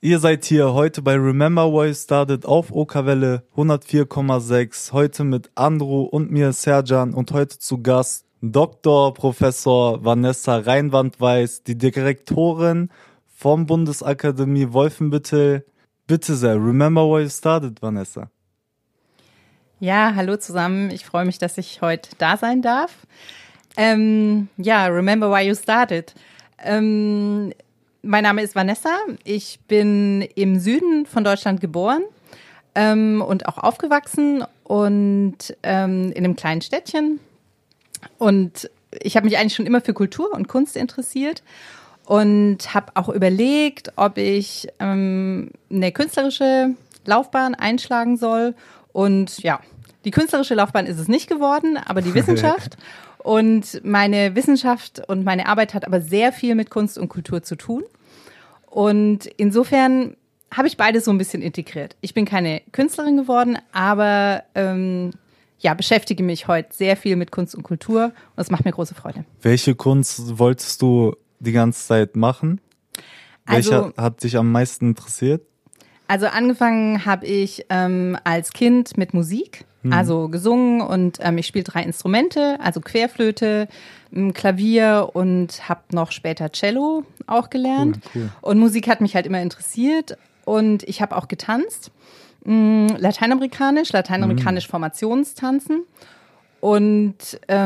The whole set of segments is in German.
Ihr seid hier heute bei Remember Why You Started auf Okerwelle 104,6. Heute mit Andrew und mir, Serjan, und heute zu Gast Dr. Professor Vanessa Reinwand-Weiß, die Direktorin vom Bundesakademie Wolfenbüttel. Bitte sehr, Remember Why You Started, Vanessa. Ja, hallo zusammen. Ich freue mich, dass ich heute da sein darf. Remember Why You Started. Mein Name ist Vanessa. Ich bin im Süden von Deutschland geboren und auch aufgewachsen und in einem kleinen Städtchen. Und ich habe mich eigentlich schon immer für Kultur und Kunst interessiert und habe auch überlegt, ob ich eine künstlerische Laufbahn einschlagen soll. Und ja, die künstlerische Laufbahn ist es nicht geworden, aber die Wissenschaft. Und meine Wissenschaft und meine Arbeit hat aber sehr viel mit Kunst und Kultur zu tun. Und insofern habe ich beides so ein bisschen integriert. Ich bin keine Künstlerin geworden, aber beschäftige mich heute sehr viel mit Kunst und Kultur. Und das macht mir große Freude. Welche Kunst wolltest du die ganze Zeit machen? Welche hat dich am meisten interessiert? Also angefangen habe ich als Kind mit Musik. Also gesungen und ich spiele 3 Instrumente, also Querflöte, Klavier und habe noch später Cello auch gelernt. Cool. Und Musik hat mich halt immer interessiert und ich habe auch getanzt, lateinamerikanisch Formationstanzen und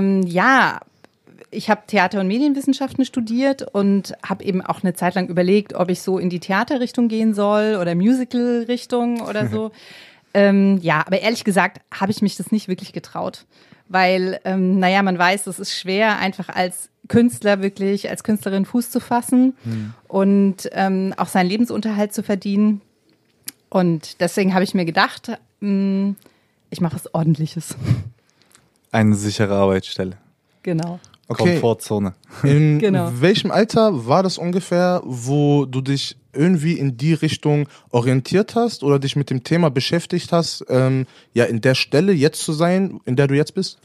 ich habe Theater- und Medienwissenschaften studiert und habe eben auch eine Zeit lang überlegt, ob ich so in die Theaterrichtung gehen soll oder Musical-Richtung oder so. Aber ehrlich gesagt habe ich mich das nicht wirklich getraut, weil, man weiß, es ist schwer, einfach als Künstler wirklich, als Künstlerin Fuß zu fassen und auch seinen Lebensunterhalt zu verdienen. Und deswegen habe ich mir gedacht, ich mache was Ordentliches. Eine sichere Arbeitsstelle. Genau. Okay. Komfortzone. In welchem Alter war das ungefähr, wo du dich irgendwie in die Richtung orientiert hast oder dich mit dem Thema beschäftigt hast, in der Stelle jetzt zu sein, in der du jetzt bist?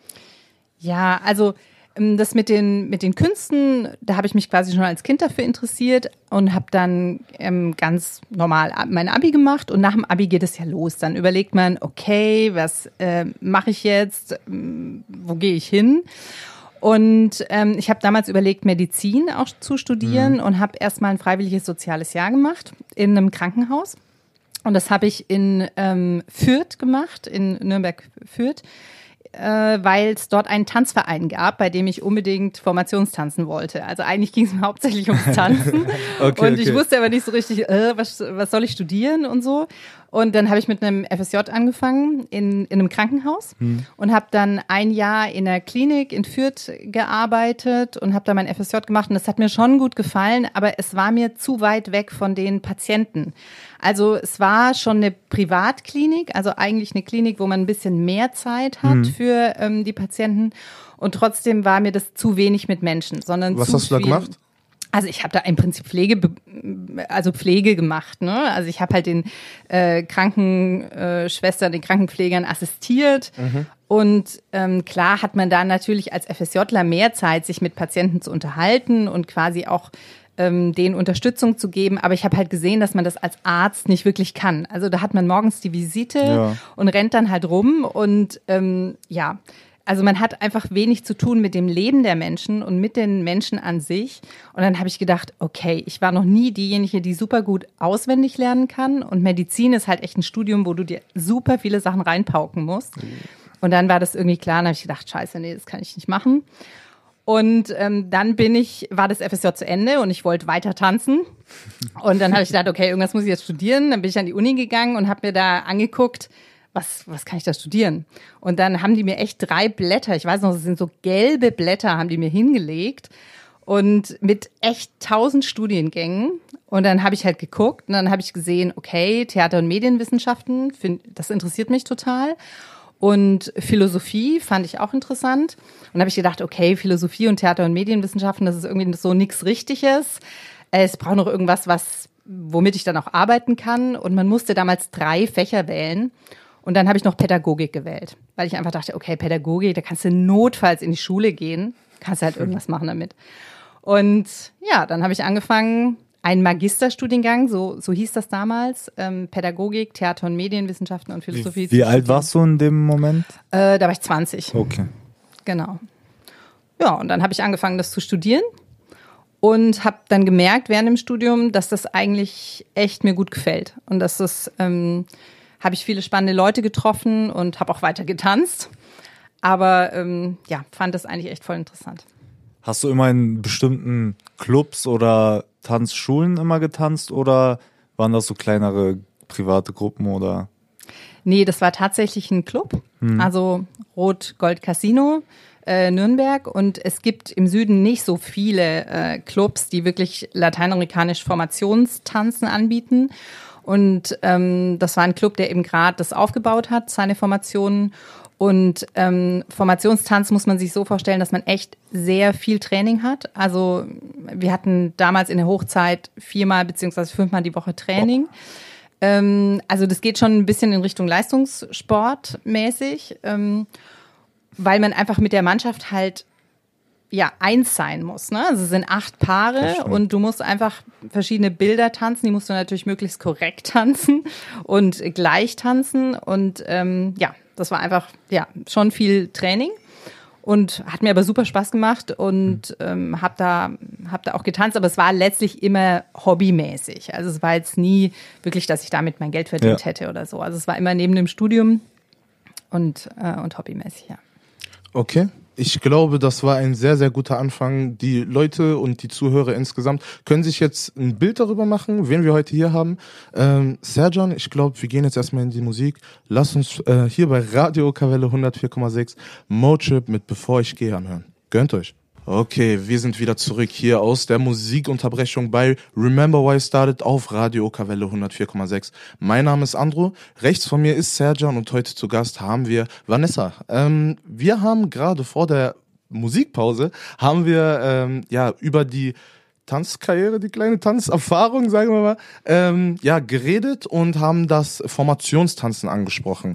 Ja, also das mit den Künsten, da habe ich mich quasi schon als Kind dafür interessiert und habe dann ganz normal mein Abi gemacht. Und nach dem Abi geht es ja los. Dann überlegt man, okay, was mache ich jetzt? Wo gehe ich hin? Und ich habe damals überlegt, Medizin auch zu studieren und habe erstmal ein freiwilliges soziales Jahr gemacht in einem Krankenhaus. Und das habe ich in Fürth gemacht, in Nürnberg-Fürth, weil es dort einen Tanzverein gab, bei dem ich unbedingt Formationstanzen wollte. Also eigentlich ging es mir hauptsächlich ums Tanzen. Ich wusste aber nicht so richtig, was soll ich studieren und so. Und dann habe ich mit einem FSJ angefangen in einem Krankenhaus und habe dann ein Jahr in der Klinik in Fürth gearbeitet und habe da mein FSJ gemacht. Und das hat mir schon gut gefallen, aber es war mir zu weit weg von den Patienten. Also es war schon eine Privatklinik, also eigentlich eine Klinik, wo man ein bisschen mehr Zeit hat für die Patienten. Und trotzdem war mir das zu wenig mit Menschen, sondern Was hast du da gemacht? Also ich habe da im Prinzip Pflege gemacht, ne? Also ich habe halt den Krankenschwestern, den Krankenpflegern assistiert. Und klar hat man da natürlich als FSJler mehr Zeit, sich mit Patienten zu unterhalten und quasi auch denen Unterstützung zu geben. Aber ich habe halt gesehen, dass man das als Arzt nicht wirklich kann. Also da hat man morgens die Visite und rennt dann halt rum und also man hat einfach wenig zu tun mit dem Leben der Menschen und mit den Menschen an sich. Und dann habe ich gedacht, okay, ich war noch nie diejenige, die super gut auswendig lernen kann. Und Medizin ist halt echt ein Studium, wo du dir super viele Sachen reinpauken musst. Und dann war das irgendwie klar, und habe ich gedacht, scheiße, nee, das kann ich nicht machen. Und dann war das FSJ zu Ende und ich wollte weiter tanzen. Und dann habe ich gedacht, okay, irgendwas muss ich jetzt studieren. Dann bin ich an die Uni gegangen und habe mir da angeguckt, was kann ich da studieren? Und dann haben die mir echt 3 Blätter, ich weiß noch, das sind so gelbe Blätter, haben die mir hingelegt und mit echt 1000 Studiengängen. Und dann habe ich halt geguckt und dann habe ich gesehen, okay, Theater- und Medienwissenschaften, das interessiert mich total. Und Philosophie fand ich auch interessant. Und dann habe ich gedacht, okay, Philosophie und Theater- und Medienwissenschaften, das ist irgendwie so nichts Richtiges. Es braucht noch irgendwas, womit ich dann auch arbeiten kann. Und man musste damals 3 Fächer wählen. Und dann habe ich noch Pädagogik gewählt, weil ich einfach dachte, okay, Pädagogik, da kannst du notfalls in die Schule gehen, kannst du halt irgendwas machen damit. Und ja, dann habe ich angefangen, einen Magisterstudiengang, so hieß das damals, Pädagogik, Theater- und Medienwissenschaften und Philosophie. Wie alt warst du in dem Moment? Da war ich 20. Okay. Genau. Ja, und dann habe ich angefangen, das zu studieren und habe dann gemerkt während dem Studium, dass das eigentlich echt mir gut gefällt. Und dass das, habe ich viele spannende Leute getroffen und habe auch weiter getanzt. Aber fand das eigentlich echt voll interessant. Hast du immer in bestimmten Clubs oder Tanzschulen immer getanzt oder waren das so kleinere private Gruppen oder? Nee, das war tatsächlich ein Club, also Rot-Gold Casino Nürnberg, und es gibt im Süden nicht so viele Clubs, die wirklich lateinamerikanisch Formationstanzen anbieten. Und das war ein Club, der eben gerade das aufgebaut hat, seine Formationen. Und Formationstanz muss man sich so vorstellen, dass man echt sehr viel Training hat. Also wir hatten damals in der Hochzeit 4-mal beziehungsweise 5-mal die Woche Training. Also das geht schon ein bisschen in Richtung Leistungssport mäßig, weil man einfach mit der Mannschaft halt eins sein muss. Ne? Also es sind 8 Paare und du musst einfach verschiedene Bilder tanzen. Die musst du natürlich möglichst korrekt tanzen und gleich tanzen. Und das war einfach schon viel Training und hat mir aber super Spaß gemacht und hab da auch getanzt. Aber es war letztlich immer hobbymäßig. Also es war jetzt nie wirklich, dass ich damit mein Geld verdient hätte oder so. Also es war immer neben dem Studium und hobbymäßig, ja. Okay. Ich glaube, das war ein sehr, sehr guter Anfang. Die Leute und die Zuhörer insgesamt können sich jetzt ein Bild darüber machen, wen wir heute hier haben. Sercan, ich glaube, wir gehen jetzt erstmal in die Musik. Lass uns hier bei Radio Okawelle 104,6 Motrip mit Bevor ich gehe anhören. Gönnt euch. Okay, wir sind wieder zurück hier aus der Musikunterbrechung bei Remember Why I Started auf Radio Okawelle 104,6. Mein Name ist Andro, rechts von mir ist Sercan und heute zu Gast haben wir Vanessa. Wir haben gerade vor der Musikpause, über die Tanzkarriere, die kleine Tanzerfahrung, sagen wir mal, geredet und haben das Formationstanzen angesprochen.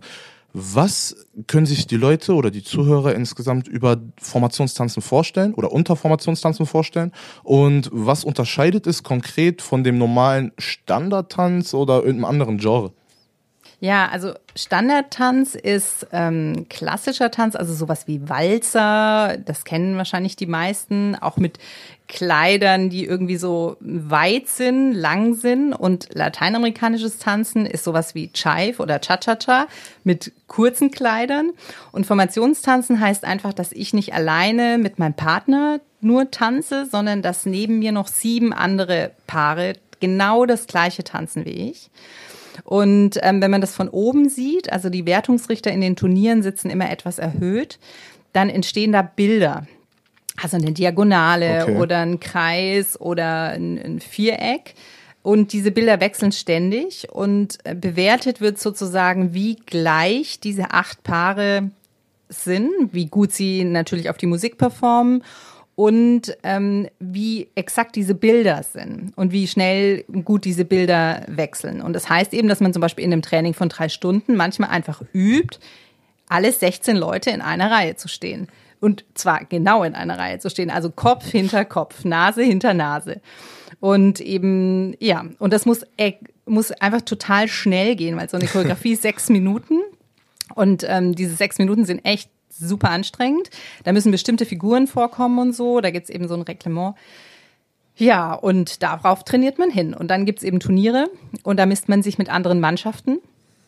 Was können sich die Leute oder die Zuhörer insgesamt über Formationstanzen vorstellen oder unter Formationstanzen vorstellen? Und was unterscheidet es konkret von dem normalen Standardtanz oder irgendeinem anderen Genre? Ja, also Standardtanz ist klassischer Tanz, also sowas wie Walzer, das kennen wahrscheinlich die meisten, auch mit Kleidern, die irgendwie so weit sind, lang sind. Und lateinamerikanisches Tanzen ist sowas wie Chive oder Cha-Cha-Cha mit kurzen Kleidern. Und Formationstanzen heißt einfach, dass ich nicht alleine mit meinem Partner nur tanze, sondern dass neben mir noch 7 andere Paare genau das gleiche tanzen wie ich. Und wenn man das von oben sieht, also die Wertungsrichter in den Turnieren sitzen immer etwas erhöht, dann entstehen da Bilder. Also eine Diagonale oder ein Kreis oder ein Viereck. Und diese Bilder wechseln ständig und bewertet wird sozusagen, wie gleich diese 8 Paare sind, wie gut sie natürlich auf die Musik performen und wie exakt diese Bilder sind und wie schnell gut diese Bilder wechseln. Und das heißt eben, dass man zum Beispiel in einem Training von 3 Stunden manchmal einfach übt, alle 16 Leute in einer Reihe zu stehen. Und zwar genau in einer Reihe zu stehen, also Kopf hinter Kopf, Nase hinter Nase. Und eben, und das muss einfach total schnell gehen, weil so eine Choreografie ist 6 Minuten. Und diese 6 Minuten sind echt super anstrengend. Da müssen bestimmte Figuren vorkommen und so. Da gibt's eben so ein Reglement. Ja, und darauf trainiert man hin. Und dann gibt's eben Turniere und da misst man sich mit anderen Mannschaften.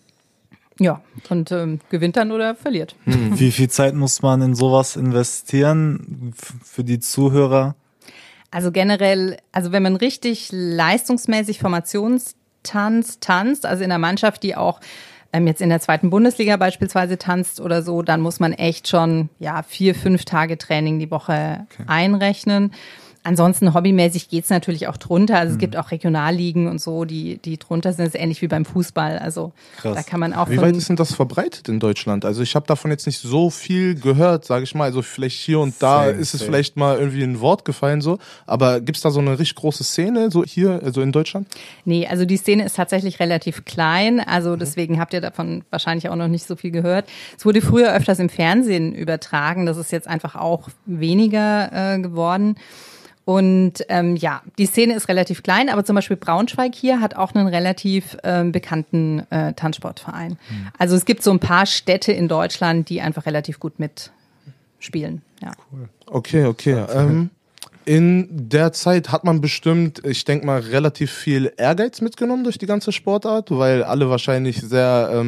Ja, und gewinnt dann oder verliert. Wie viel Zeit muss man in sowas investieren für die Zuhörer? Also generell, also wenn man richtig leistungsmäßig Formationstanz tanzt, also in einer Mannschaft, die auch jetzt in der 2. Bundesliga beispielsweise tanzt oder so, dann muss man echt schon 4-5 Tage Training die Woche einrechnen. Ansonsten hobbymäßig geht's natürlich auch drunter. Also es gibt auch Regionalligen und so, die drunter sind. Das ist ähnlich wie beim Fußball. Also krass. Da kann man auch. Wie weit ist denn das verbreitet in Deutschland? Also ich habe davon jetzt nicht so viel gehört, sage ich mal. Also vielleicht hier und da ist es vielleicht mal irgendwie ein Wort gefallen so. Aber gibt's da so eine richtig große Szene so hier, also in Deutschland? Nee, also die Szene ist tatsächlich relativ klein. Also deswegen habt ihr davon wahrscheinlich auch noch nicht so viel gehört. Es wurde früher öfters im Fernsehen übertragen. Das ist jetzt einfach auch weniger geworden. Und ja, die Szene ist relativ klein, aber zum Beispiel Braunschweig hier hat auch einen relativ bekannten Tanzsportverein. Also es gibt so ein paar Städte in Deutschland, die einfach relativ gut mitspielen. Ja. Cool. Okay. In der Zeit hat man bestimmt, ich denke mal, relativ viel Ehrgeiz mitgenommen durch die ganze Sportart, weil alle wahrscheinlich sehr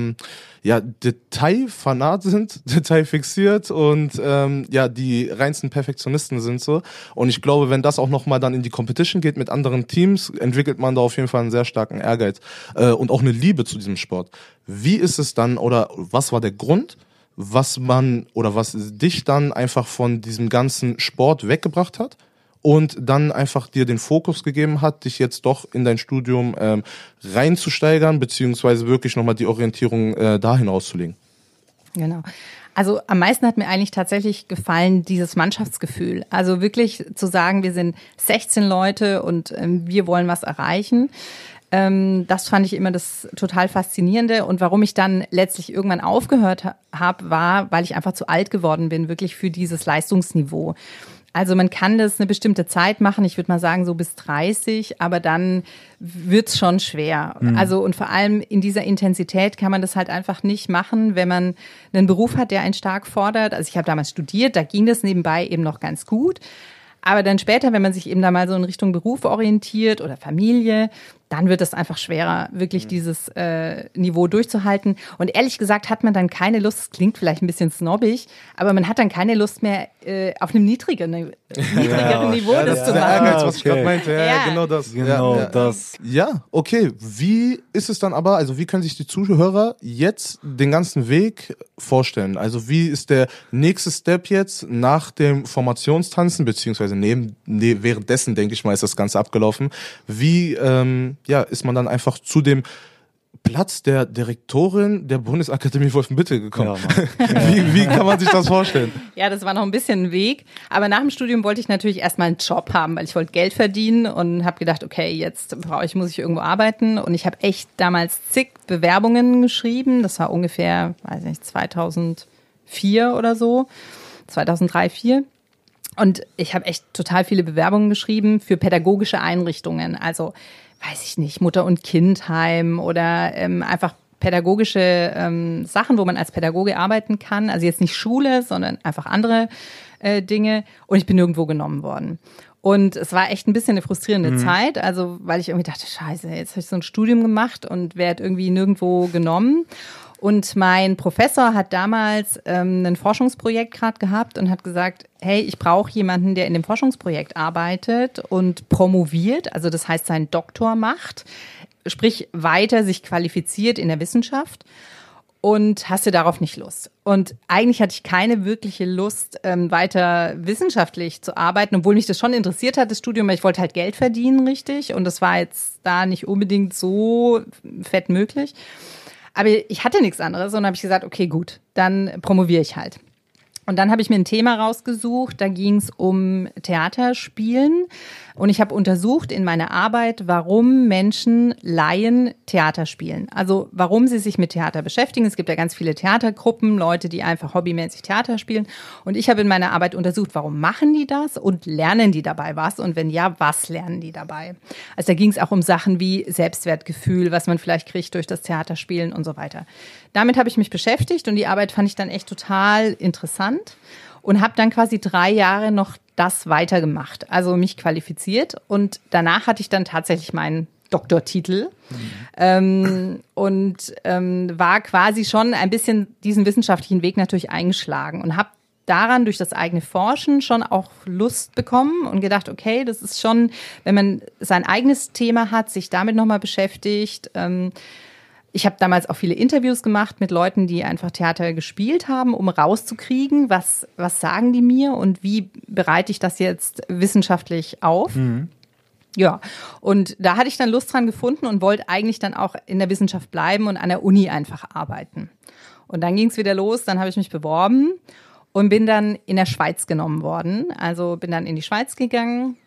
Detailfanat sind, detailfixiert und die reinsten Perfektionisten sind so. Und ich glaube, wenn das auch nochmal dann in die Competition geht mit anderen Teams, entwickelt man da auf jeden Fall einen sehr starken Ehrgeiz und auch eine Liebe zu diesem Sport. Wie ist es dann oder was war der Grund, was dich dann einfach von diesem ganzen Sport weggebracht hat? Und dann einfach dir den Fokus gegeben hat, dich jetzt doch in dein Studium reinzusteigern, beziehungsweise wirklich nochmal die Orientierung dahin auszulegen. Genau. Also am meisten hat mir eigentlich tatsächlich gefallen dieses Mannschaftsgefühl. Also wirklich zu sagen, wir sind 16 Leute und wir wollen was erreichen. Das fand ich immer das total Faszinierende. Und warum ich dann letztlich irgendwann aufgehört habe, war, weil ich einfach zu alt geworden bin, wirklich für dieses Leistungsniveau. Also man kann das eine bestimmte Zeit machen, ich würde mal sagen so bis 30, aber dann wird's schon schwer. Also und vor allem in dieser Intensität kann man das halt einfach nicht machen, wenn man einen Beruf hat, der einen stark fordert. Also ich habe damals studiert, da ging das nebenbei eben noch ganz gut. Aber dann später, wenn man sich eben da mal so in Richtung Beruf orientiert oder Familie, dann wird es einfach schwerer, wirklich dieses Niveau durchzuhalten. Und ehrlich gesagt hat man dann keine Lust, es klingt vielleicht ein bisschen snobbig, aber man hat dann keine Lust mehr, auf einem niedrigeren Niveau das zu machen. Ehrgeiz, was ich gerade meinte. Ja, genau das. Das. Ja, okay. Wie ist es dann aber, also wie können sich die Zuhörer jetzt den ganzen Weg vorstellen? Also wie ist der nächste Step jetzt nach dem Formationstanzen, beziehungsweise währenddessen, denke ich mal, ist das Ganze abgelaufen. Wie ist man dann einfach zu dem Platz der Direktorin der Bundesakademie Wolfenbüttel gekommen? Ja, wie kann man sich das vorstellen? Ja, das war noch ein bisschen ein Weg. Aber nach dem Studium wollte ich natürlich erstmal einen Job haben, weil ich wollte Geld verdienen und habe gedacht, okay, jetzt muss ich irgendwo arbeiten. Und ich habe echt damals zig Bewerbungen geschrieben. Das war ungefähr, 2004 oder so, 2003, 2004. Und ich habe echt total viele Bewerbungen geschrieben für pädagogische Einrichtungen. Also, weiß ich nicht, Mutter- und Kindheim oder einfach pädagogische Sachen, wo man als Pädagoge arbeiten kann. Also jetzt nicht Schule, sondern einfach andere Dinge. Und ich bin nirgendwo genommen worden. Und es war echt ein bisschen eine frustrierende Zeit, also weil ich irgendwie dachte, scheiße, jetzt habe ich so ein Studium gemacht und werde irgendwie nirgendwo genommen. Und mein Professor hat damals ein Forschungsprojekt gerade gehabt und hat gesagt, hey, ich brauche jemanden, der in dem Forschungsprojekt arbeitet und promoviert, also das heißt seinen Doktor macht, sprich weiter sich qualifiziert in der Wissenschaft. Und hast du darauf nicht Lust? Und eigentlich hatte ich keine wirkliche Lust, weiter wissenschaftlich zu arbeiten, obwohl mich das schon interessiert hat, das Studium, weil ich wollte halt Geld verdienen, richtig. Und das war jetzt da nicht unbedingt so fett möglich. Aber ich hatte nichts anderes und habe ich gesagt, okay, gut, dann promoviere ich halt. Und dann habe ich mir ein Thema rausgesucht, da ging es um Theaterspielen. Und ich habe untersucht in meiner Arbeit, warum Menschen, Laien, Theater spielen. Also warum sie sich mit Theater beschäftigen. Es gibt ja ganz viele Theatergruppen, Leute, die einfach hobbymäßig Theater spielen. Und ich habe in meiner Arbeit untersucht, warum machen die das und lernen die dabei was? Und wenn ja, was lernen die dabei? Also da ging es auch um Sachen wie Selbstwertgefühl, was man vielleicht kriegt durch das Theaterspielen und so weiter. Damit habe ich mich beschäftigt und die Arbeit fand ich dann echt total interessant. Und habe dann quasi 3 Jahre noch das weitergemacht, also mich qualifiziert. Und danach hatte ich dann tatsächlich meinen Doktortitel war quasi schon ein bisschen diesen wissenschaftlichen Weg natürlich eingeschlagen und habe daran durch das eigene Forschen schon auch Lust bekommen und gedacht, okay, das ist schon, wenn man sein eigenes Thema hat, sich damit nochmal beschäftigt. Ich habe damals auch viele Interviews gemacht mit Leuten, die einfach Theater gespielt haben, um rauszukriegen, was sagen die mir und wie bereite ich das jetzt wissenschaftlich auf. Ja, und da hatte ich dann Lust dran gefunden und wollte eigentlich dann auch in der Wissenschaft bleiben und an der Uni einfach arbeiten. Und dann ging es wieder los, dann habe ich mich beworben und bin dann in der Schweiz genommen worden. Also bin dann in die Schweiz gegangen,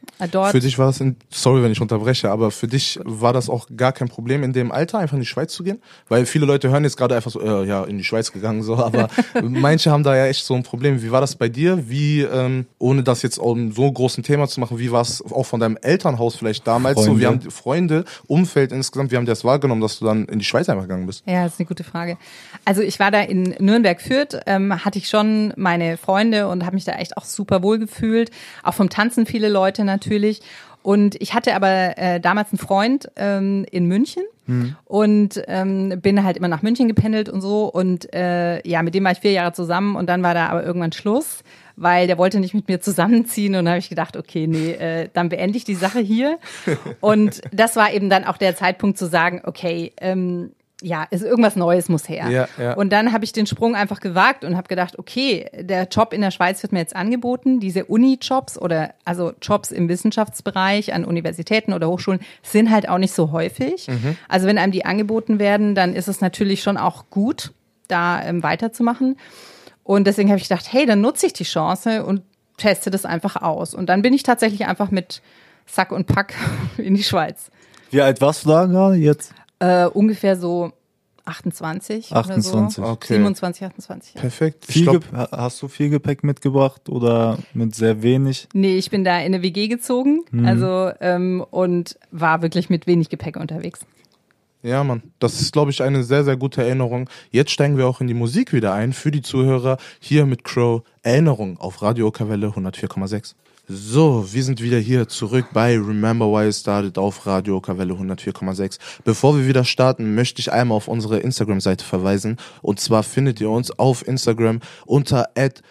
dort. Für dich war das, sorry, wenn ich unterbreche, aber für dich war das auch gar kein Problem in dem Alter, einfach in die Schweiz zu gehen? Weil viele Leute hören jetzt gerade einfach so, ja, in die Schweiz gegangen, so, aber manche haben da ja echt so ein Problem. Wie war das bei dir? Wie, ohne das jetzt um so großen Thema zu machen, wie war es auch von deinem Elternhaus vielleicht damals Freunde. so? Wir haben Freunde, Umfeld insgesamt, wie haben die das wahrgenommen, dass du dann in die Schweiz einfach gegangen bist? Ja, das ist eine gute Frage. Also ich war da in Nürnberg-Fürth, hatte ich schon meine Freunde und habe mich da echt auch super wohl gefühlt. Auch vom Tanzen viele Leute natürlich. Und ich hatte aber damals einen Freund in München und bin halt immer nach München gependelt und so. Und ja, mit dem war ich 4 Jahre zusammen und dann war da aber irgendwann Schluss, weil der wollte nicht mit mir zusammenziehen. Und dann habe ich gedacht, okay, nee, dann beende ich die Sache hier. Und das war eben dann auch der Zeitpunkt zu sagen, okay, ja, irgendwas Neues muss her. Ja, ja. Und dann habe ich den Sprung einfach gewagt und habe gedacht, okay, der Job in der Schweiz wird mir jetzt angeboten. Diese Uni-Jobs oder also Jobs im Wissenschaftsbereich an Universitäten oder Hochschulen sind halt auch nicht so häufig. Also wenn einem die angeboten werden, dann ist es natürlich schon auch gut, da weiterzumachen. Und deswegen habe ich gedacht, hey, dann nutze ich die Chance und teste das einfach aus. Und dann bin ich tatsächlich einfach mit Sack und Pack in die Schweiz. Wie alt warst du da gerade jetzt? Ungefähr so 28 oder 28. so. Okay. 27, 28. Ja. Perfekt. Ich glaub, Hast du viel Gepäck mitgebracht oder mit sehr wenig? Nee, ich bin da in eine WG gezogen, also und war wirklich mit wenig Gepäck unterwegs. ja, Mann, das ist, glaube ich, eine sehr, sehr gute Erinnerung. Jetzt steigen wir auch in die Musik wieder ein für die Zuhörer. Hier mit Crow, Erinnerung auf Radio Okerwelle 104,6. So, wir sind wieder hier zurück bei Remember Why It Started auf Radio Okerwelle 104,6. Bevor wir wieder starten, möchte ich einmal auf unsere Instagram-Seite verweisen. Und zwar findet ihr uns auf Instagram unter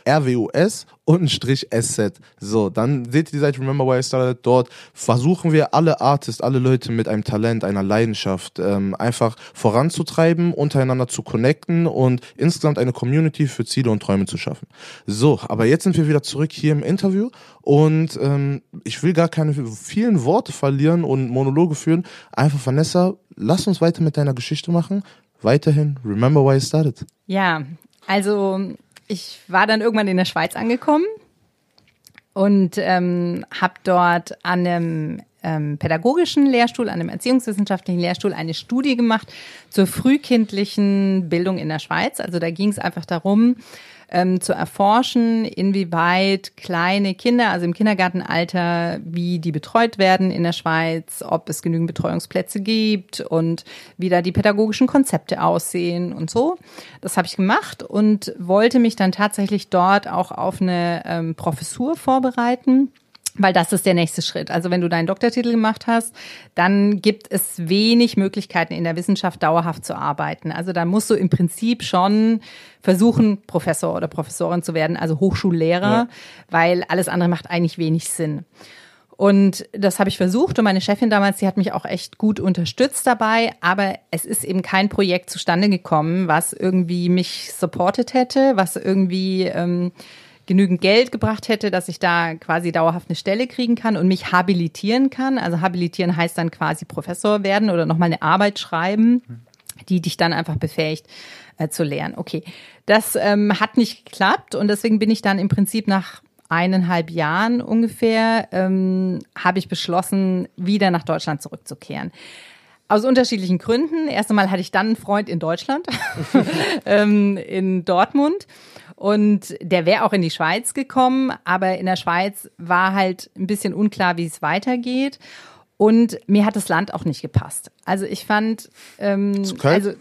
@rwus_sz. So, dann seht ihr die Seite Remember Why It Started. Dort versuchen wir alle Artists, alle Leute mit einem Talent, einer Leidenschaft einfach voranzutreiben, untereinander zu connecten und insgesamt eine Community für Ziele und Träume zu schaffen. So, aber jetzt sind wir wieder zurück hier im Interview und ich will gar keine vielen Worte verlieren und Monologe führen. Einfach, Vanessa, lass uns weiter mit deiner Geschichte machen. Weiterhin, remember why it started. Ja, also ich war dann irgendwann in der Schweiz angekommen und habe dort an einem pädagogischen Lehrstuhl, an einem erziehungswissenschaftlichen Lehrstuhl eine Studie gemacht zur frühkindlichen Bildung in der Schweiz. Also da ging es einfach darum, zu erforschen, inwieweit kleine Kinder, also im Kindergartenalter, wie die betreut werden in der Schweiz, ob es genügend Betreuungsplätze gibt und wie da die pädagogischen Konzepte aussehen und so. Das habe ich gemacht und wollte mich dann tatsächlich dort auch auf eine Professur vorbereiten. Weil das ist der nächste Schritt. Also wenn du deinen Doktortitel gemacht hast, dann gibt es wenig Möglichkeiten in der Wissenschaft dauerhaft zu arbeiten. Also da musst du im Prinzip schon versuchen, Professor oder Professorin zu werden, also Hochschullehrer, weil alles andere macht eigentlich wenig Sinn. Und das habe ich versucht und meine Chefin damals, die hat mich auch echt gut unterstützt dabei, aber es ist eben kein Projekt zustande gekommen, was irgendwie mich supportet hätte, was irgendwie genügend Geld gebracht hätte, dass ich da quasi dauerhaft eine Stelle kriegen kann und mich habilitieren kann. Also habilitieren heißt dann quasi Professor werden oder nochmal eine Arbeit schreiben, die dich dann einfach befähigt zu lehren. Okay, das hat nicht geklappt und deswegen bin ich dann im Prinzip nach 1,5 Jahren ungefähr, habe ich beschlossen, wieder nach Deutschland zurückzukehren. Aus unterschiedlichen Gründen. Erst einmal hatte ich dann einen Freund in Deutschland, in Dortmund. Und der wäre auch in die Schweiz gekommen, aber in der Schweiz war halt ein bisschen unklar, wie es weitergeht. Und mir hat das Land auch nicht gepasst. Also ich fand, Zu kalt?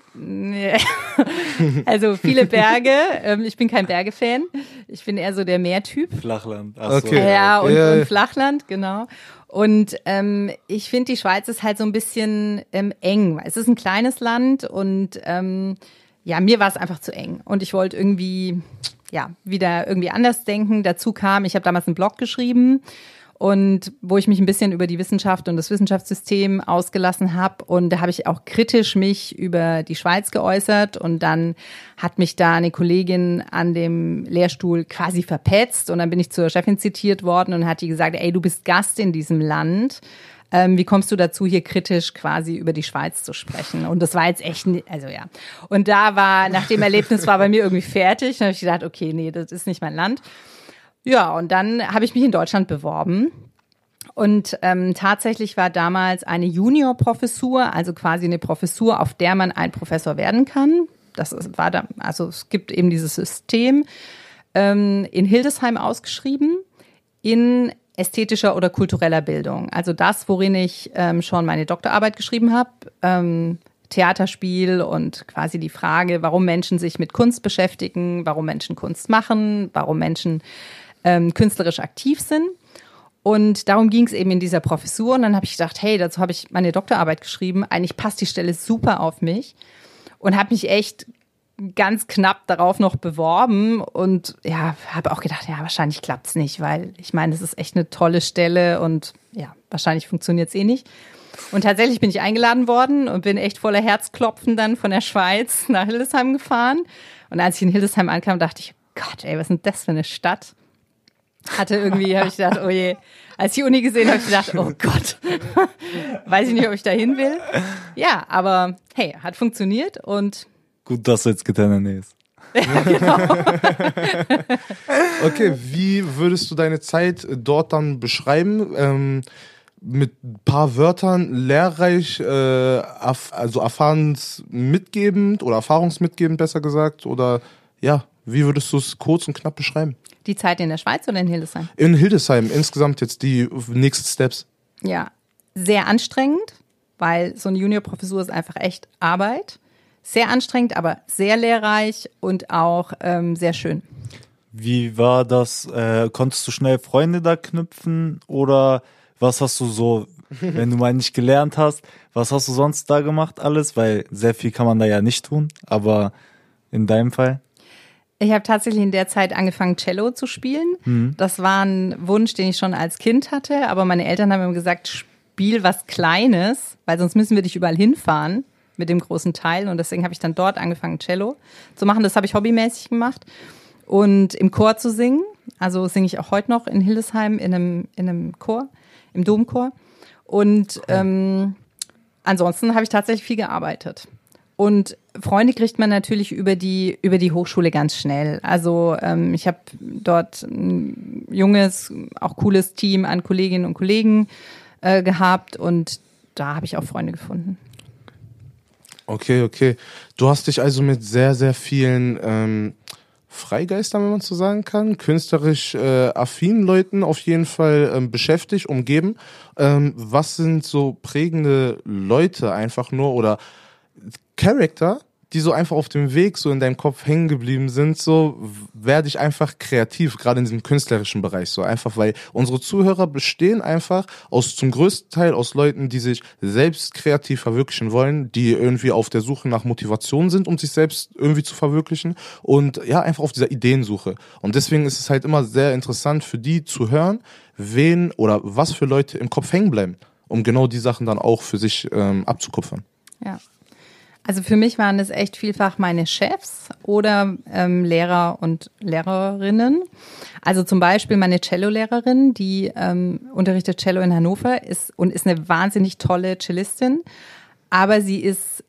also viele Berge. Ich bin kein Berge-Fan. Ich bin eher so der Meertyp. Flachland. Okay. Ja, und Flachland, genau. Und ich finde, die Schweiz ist halt so ein bisschen eng. Es ist ein kleines Land und ja, mir war es einfach zu eng. Und ich wollte irgendwie, ja, wieder irgendwie anders denken. Dazu kam, ich habe damals einen Blog geschrieben und wo ich mich ein bisschen über die Wissenschaft und das Wissenschaftssystem ausgelassen habe. Und da habe ich auch kritisch mich über die Schweiz geäußert. Und dann hat mich da eine Kollegin an dem Lehrstuhl quasi verpetzt. Und dann bin ich zur Chefin zitiert worden und hat die gesagt, ey, du bist Gast in diesem Land. Wie kommst du dazu, hier kritisch quasi über die Schweiz zu sprechen? Und das war jetzt echt, also ja. Und da war, nach dem Erlebnis war bei mir irgendwie fertig. Dann habe ich gedacht, okay, nee, das ist nicht mein Land. Ja, und dann habe ich mich in Deutschland beworben Und tatsächlich war damals eine Juniorprofessur, also quasi eine Professur, auf der man ein Professor werden kann. Also es gibt eben dieses System in Hildesheim ausgeschrieben in ästhetischer oder kultureller Bildung. Also das, worin ich schon meine Doktorarbeit geschrieben habe, Theaterspiel und quasi die Frage, warum Menschen sich mit Kunst beschäftigen, warum Menschen Kunst machen, warum Menschen künstlerisch aktiv sind. Und darum ging es eben in dieser Professur. Und dann habe ich gedacht, hey, dazu habe ich meine Doktorarbeit geschrieben. Eigentlich passt die Stelle super auf mich. Und habe mich echt ganz knapp darauf noch beworben. Und ja, habe auch gedacht, ja, wahrscheinlich klappt es nicht. Weil ich meine, das ist echt eine tolle Stelle. Und ja, wahrscheinlich funktioniert es eh nicht. Und tatsächlich bin ich eingeladen worden und bin echt voller Herzklopfen dann von der Schweiz nach Hildesheim gefahren. Und als ich in Hildesheim ankam, dachte ich, Gott, ey, was ist denn das für eine Stadt? Habe ich gedacht, oh je. Als ich die Uni gesehen habe, habe ich gedacht, oh Gott, weiß ich nicht, ob ich da hin will. Ja, aber hey, hat funktioniert und gut, dass du jetzt getan in der Nähe ist. genau. Okay, wie würdest du deine Zeit dort dann beschreiben? Mit ein paar Wörtern, lehrreich, also erfahrungsmitgebend oder erfahrungsmitgebend besser gesagt, oder ja, wie würdest du es kurz und knapp beschreiben? Die Zeit in der Schweiz oder in Hildesheim? In Hildesheim, insgesamt jetzt die nächsten Steps. Ja, sehr anstrengend, weil so eine Juniorprofessur ist einfach echt Arbeit. Sehr anstrengend, aber sehr lehrreich und auch sehr schön. Wie war das? Konntest du schnell Freunde da knüpfen oder was hast du so, wenn du mal nicht gelernt hast, was hast du sonst da gemacht alles? Weil sehr viel kann man da ja nicht tun, aber in deinem Fall? Ich habe tatsächlich in der Zeit angefangen, Cello zu spielen. Mhm. Das war ein Wunsch, den ich schon als Kind hatte, aber meine Eltern haben mir gesagt, spiel was Kleines, weil sonst müssen wir dich überall hinfahren mit dem großen Teil. Und deswegen habe ich dann dort angefangen, Cello zu machen. Das habe ich hobbymäßig gemacht. Und im Chor zu singen, also singe ich auch heute noch in Hildesheim in einem Chor, im Domchor. Und ansonsten habe ich tatsächlich viel gearbeitet. Und Freunde kriegt man natürlich über die Hochschule ganz schnell. Also ich habe dort ein junges, auch cooles Team an Kolleginnen und Kollegen gehabt und da habe ich auch Freunde gefunden. Okay. Du hast dich also mit sehr, sehr vielen Freigeistern, wenn man so sagen kann, künstlerisch affinen Leuten auf jeden Fall beschäftigt, umgeben. Was sind so prägende Leute einfach nur oder Charakter, die so einfach auf dem Weg so in deinem Kopf hängen geblieben sind, so werde ich einfach kreativ, gerade in diesem künstlerischen Bereich, so einfach, weil unsere Zuhörer bestehen einfach zum größten Teil aus Leuten, die sich selbst kreativ verwirklichen wollen, die irgendwie auf der Suche nach Motivation sind, um sich selbst irgendwie zu verwirklichen und ja, einfach auf dieser Ideensuche. Und deswegen ist es halt immer sehr interessant für die zu hören, wen oder was für Leute im Kopf hängen bleiben, um genau die Sachen dann auch für sich abzukupfern. Ja. Also für mich waren es echt vielfach meine Chefs oder Lehrer und Lehrerinnen. Also zum Beispiel meine Cello-Lehrerin, die unterrichtet Cello in Hannover ist eine wahnsinnig tolle Cellistin, aber sie ist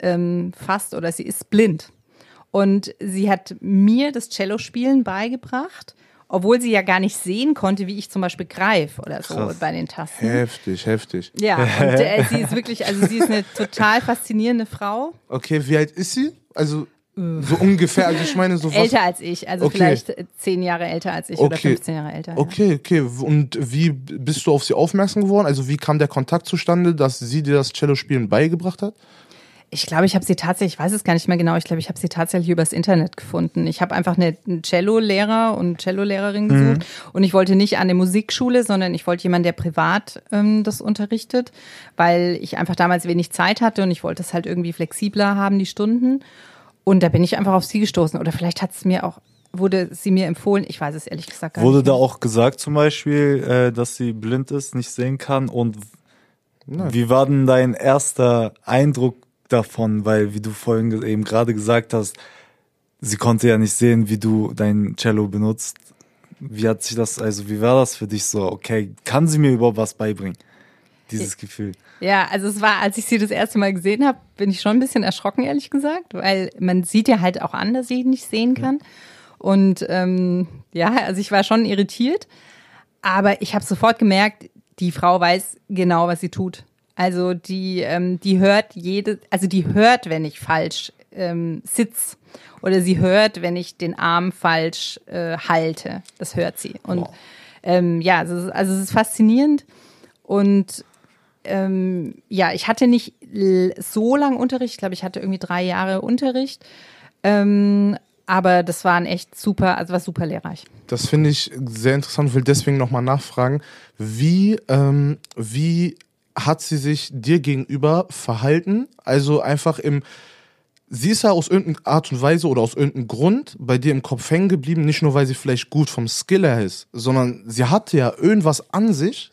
sie ist blind. Und sie hat mir das Cellospielen beigebracht, obwohl sie ja gar nicht sehen konnte, wie ich zum Beispiel greife oder so bei den Tasten. Heftig. Ja, und sie ist wirklich, also sie ist eine total faszinierende Frau. Okay, wie alt ist sie? Also so ungefähr, also ich meine so was... Älter als ich, also vielleicht 10 Jahre älter als ich oder 15 Jahre älter. Okay. Und wie bist du auf sie aufmerksam geworden? Also wie kam der Kontakt zustande, dass sie dir das Cello-Spielen beigebracht hat? Ich glaube, ich habe sie tatsächlich, ich weiß es gar nicht mehr genau, ich glaube, ich habe sie tatsächlich übers Internet gefunden. Ich habe einfach einen Cello-Lehrer und Cello-Lehrerin gesucht und ich wollte nicht an eine Musikschule, sondern ich wollte jemanden, der privat das unterrichtet, weil ich einfach damals wenig Zeit hatte und ich wollte es halt irgendwie flexibler haben, die Stunden. Und da bin ich einfach auf sie gestoßen oder vielleicht wurde sie mir empfohlen, ich weiß es ehrlich gesagt gar nicht. Wurde da auch gesagt zum Beispiel, dass sie blind ist, nicht sehen kann und wie war denn dein erster Eindruck davon, weil wie du vorhin eben gerade gesagt hast, sie konnte ja nicht sehen, wie du dein Cello benutzt. Wie war das für dich so? Okay, kann sie mir überhaupt was beibringen? Dieses Gefühl. Ja, also es war, als ich sie das erste Mal gesehen habe, bin ich schon ein bisschen erschrocken, ehrlich gesagt, weil man sieht ja halt auch an, dass sie nicht sehen kann. Und also ich war schon irritiert, aber ich habe sofort gemerkt, die Frau weiß genau, was sie tut. Also die hört wenn ich falsch sitz, oder sie hört, wenn ich den Arm falsch halte. Das hört sie. Und also es ist faszinierend. Und ich hatte nicht so lang Unterricht. Ich glaube, ich hatte irgendwie 3 Jahre Unterricht. Aber das war war super lehrreich. Das finde ich sehr interessant und will deswegen nochmal nachfragen, wie hat sie sich dir gegenüber verhalten? Also einfach sie ist ja aus irgendeiner Art und Weise oder aus irgendeinem Grund bei dir im Kopf hängen geblieben, nicht nur, weil sie vielleicht gut vom Skill her ist, sondern sie hatte ja irgendwas an sich,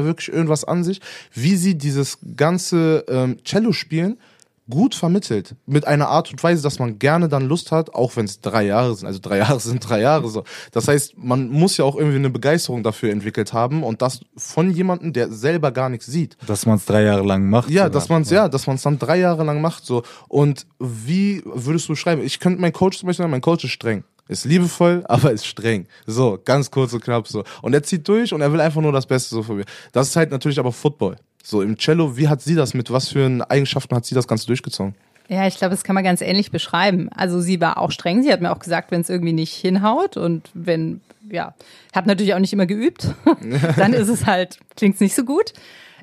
wie sie dieses ganze Cello-Spielen gut vermittelt. Mit einer Art und Weise, dass man gerne dann Lust hat, auch wenn es 3 Jahre sind. Also 3 Jahre sind 3 Jahre so. Das heißt, man muss ja auch irgendwie eine Begeisterung dafür entwickelt haben und das von jemandem, der selber gar nichts sieht. Dass man es 3 Jahre lang macht. Ja, dass man es dann 3 Jahre lang macht. So. Und wie würdest du schreiben? Ich könnte meinen Coach zum Beispiel sagen, mein Coach ist streng. Ist liebevoll, aber ist streng. So, ganz kurz und knapp so. Und er zieht durch und er will einfach nur das Beste so von mir. Das ist halt natürlich aber Football. So, im Cello, wie hat sie das mit was für Eigenschaften hat sie das Ganze durchgezogen? Ja, ich glaube, das kann man ganz ähnlich beschreiben. Also sie war auch streng. Sie hat mir auch gesagt, wenn es irgendwie nicht hinhaut und habe natürlich auch nicht immer geübt, dann ist es halt, klingt es nicht so gut.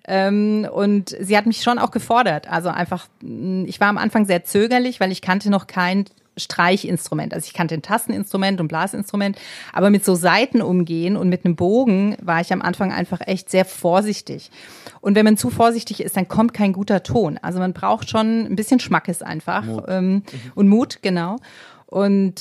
Und sie hat mich schon auch gefordert. Also einfach, ich war am Anfang sehr zögerlich, weil ich kannte noch kein Streichinstrument. Also ich kannte ein Tasteninstrument und Blasinstrument, aber mit so Saiten umgehen und mit einem Bogen war ich am Anfang einfach echt sehr vorsichtig. Und wenn man zu vorsichtig ist, dann kommt kein guter Ton. Also man braucht schon ein bisschen Schmackes einfach. Mut. Und Mut, genau. Und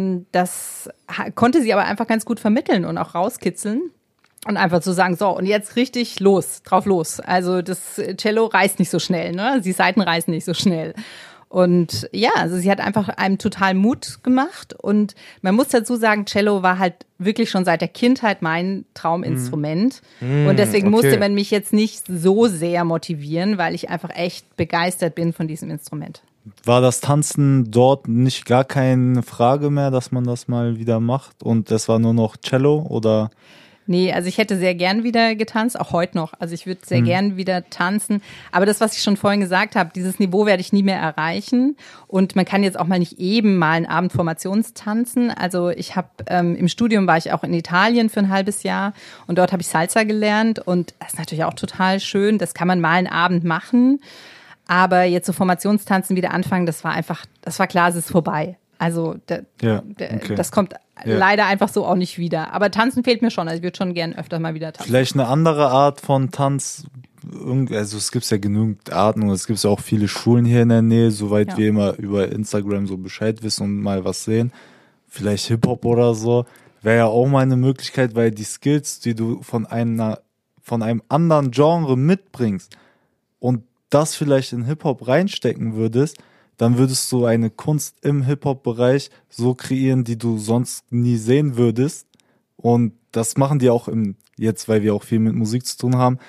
das konnte sie aber einfach ganz gut vermitteln und auch rauskitzeln. Und einfach zu sagen, so, und jetzt richtig drauf los. Also das Cello reißt nicht so schnell, ne? Die Saiten reißen nicht so schnell. Und ja, also sie hat einfach einem total Mut gemacht und man muss dazu sagen, Cello war halt wirklich schon seit der Kindheit mein Trauminstrument und deswegen musste man mich jetzt nicht so sehr motivieren, weil ich einfach echt begeistert bin von diesem Instrument. War das Tanzen dort nicht gar keine Frage mehr, dass man das mal wieder macht und das war nur noch Cello oder? Nee, also ich hätte sehr gern wieder getanzt, auch heute noch. Also ich würde sehr gern wieder tanzen. Aber das, was ich schon vorhin gesagt habe, dieses Niveau werde ich nie mehr erreichen. Und man kann jetzt auch mal nicht eben mal einen Abend Formationstanzen. Also ich habe im Studium war ich auch in Italien für ein halbes Jahr und dort habe ich Salsa gelernt. Und das ist natürlich auch total schön. Das kann man mal einen Abend machen. Aber jetzt so Formationstanzen wieder anfangen, das war klar, es ist vorbei. Also das kommt leider einfach so auch nicht wieder. Aber tanzen fehlt mir schon. Also ich würde schon gern öfter mal wieder tanzen. Vielleicht eine andere Art von Tanz. Also es gibt ja genügend Arten und es gibt ja auch viele Schulen hier in der Nähe, soweit wir immer über Instagram so Bescheid wissen und mal was sehen. Vielleicht Hip-Hop oder so. Wäre ja auch mal eine Möglichkeit, weil die Skills, die du von einem anderen Genre mitbringst und das vielleicht in Hip-Hop reinstecken würdest, dann würdest du eine Kunst im Hip-Hop-Bereich so kreieren, die du sonst nie sehen würdest. Und das machen die auch jetzt, weil wir auch viel mit Musik zu tun haben.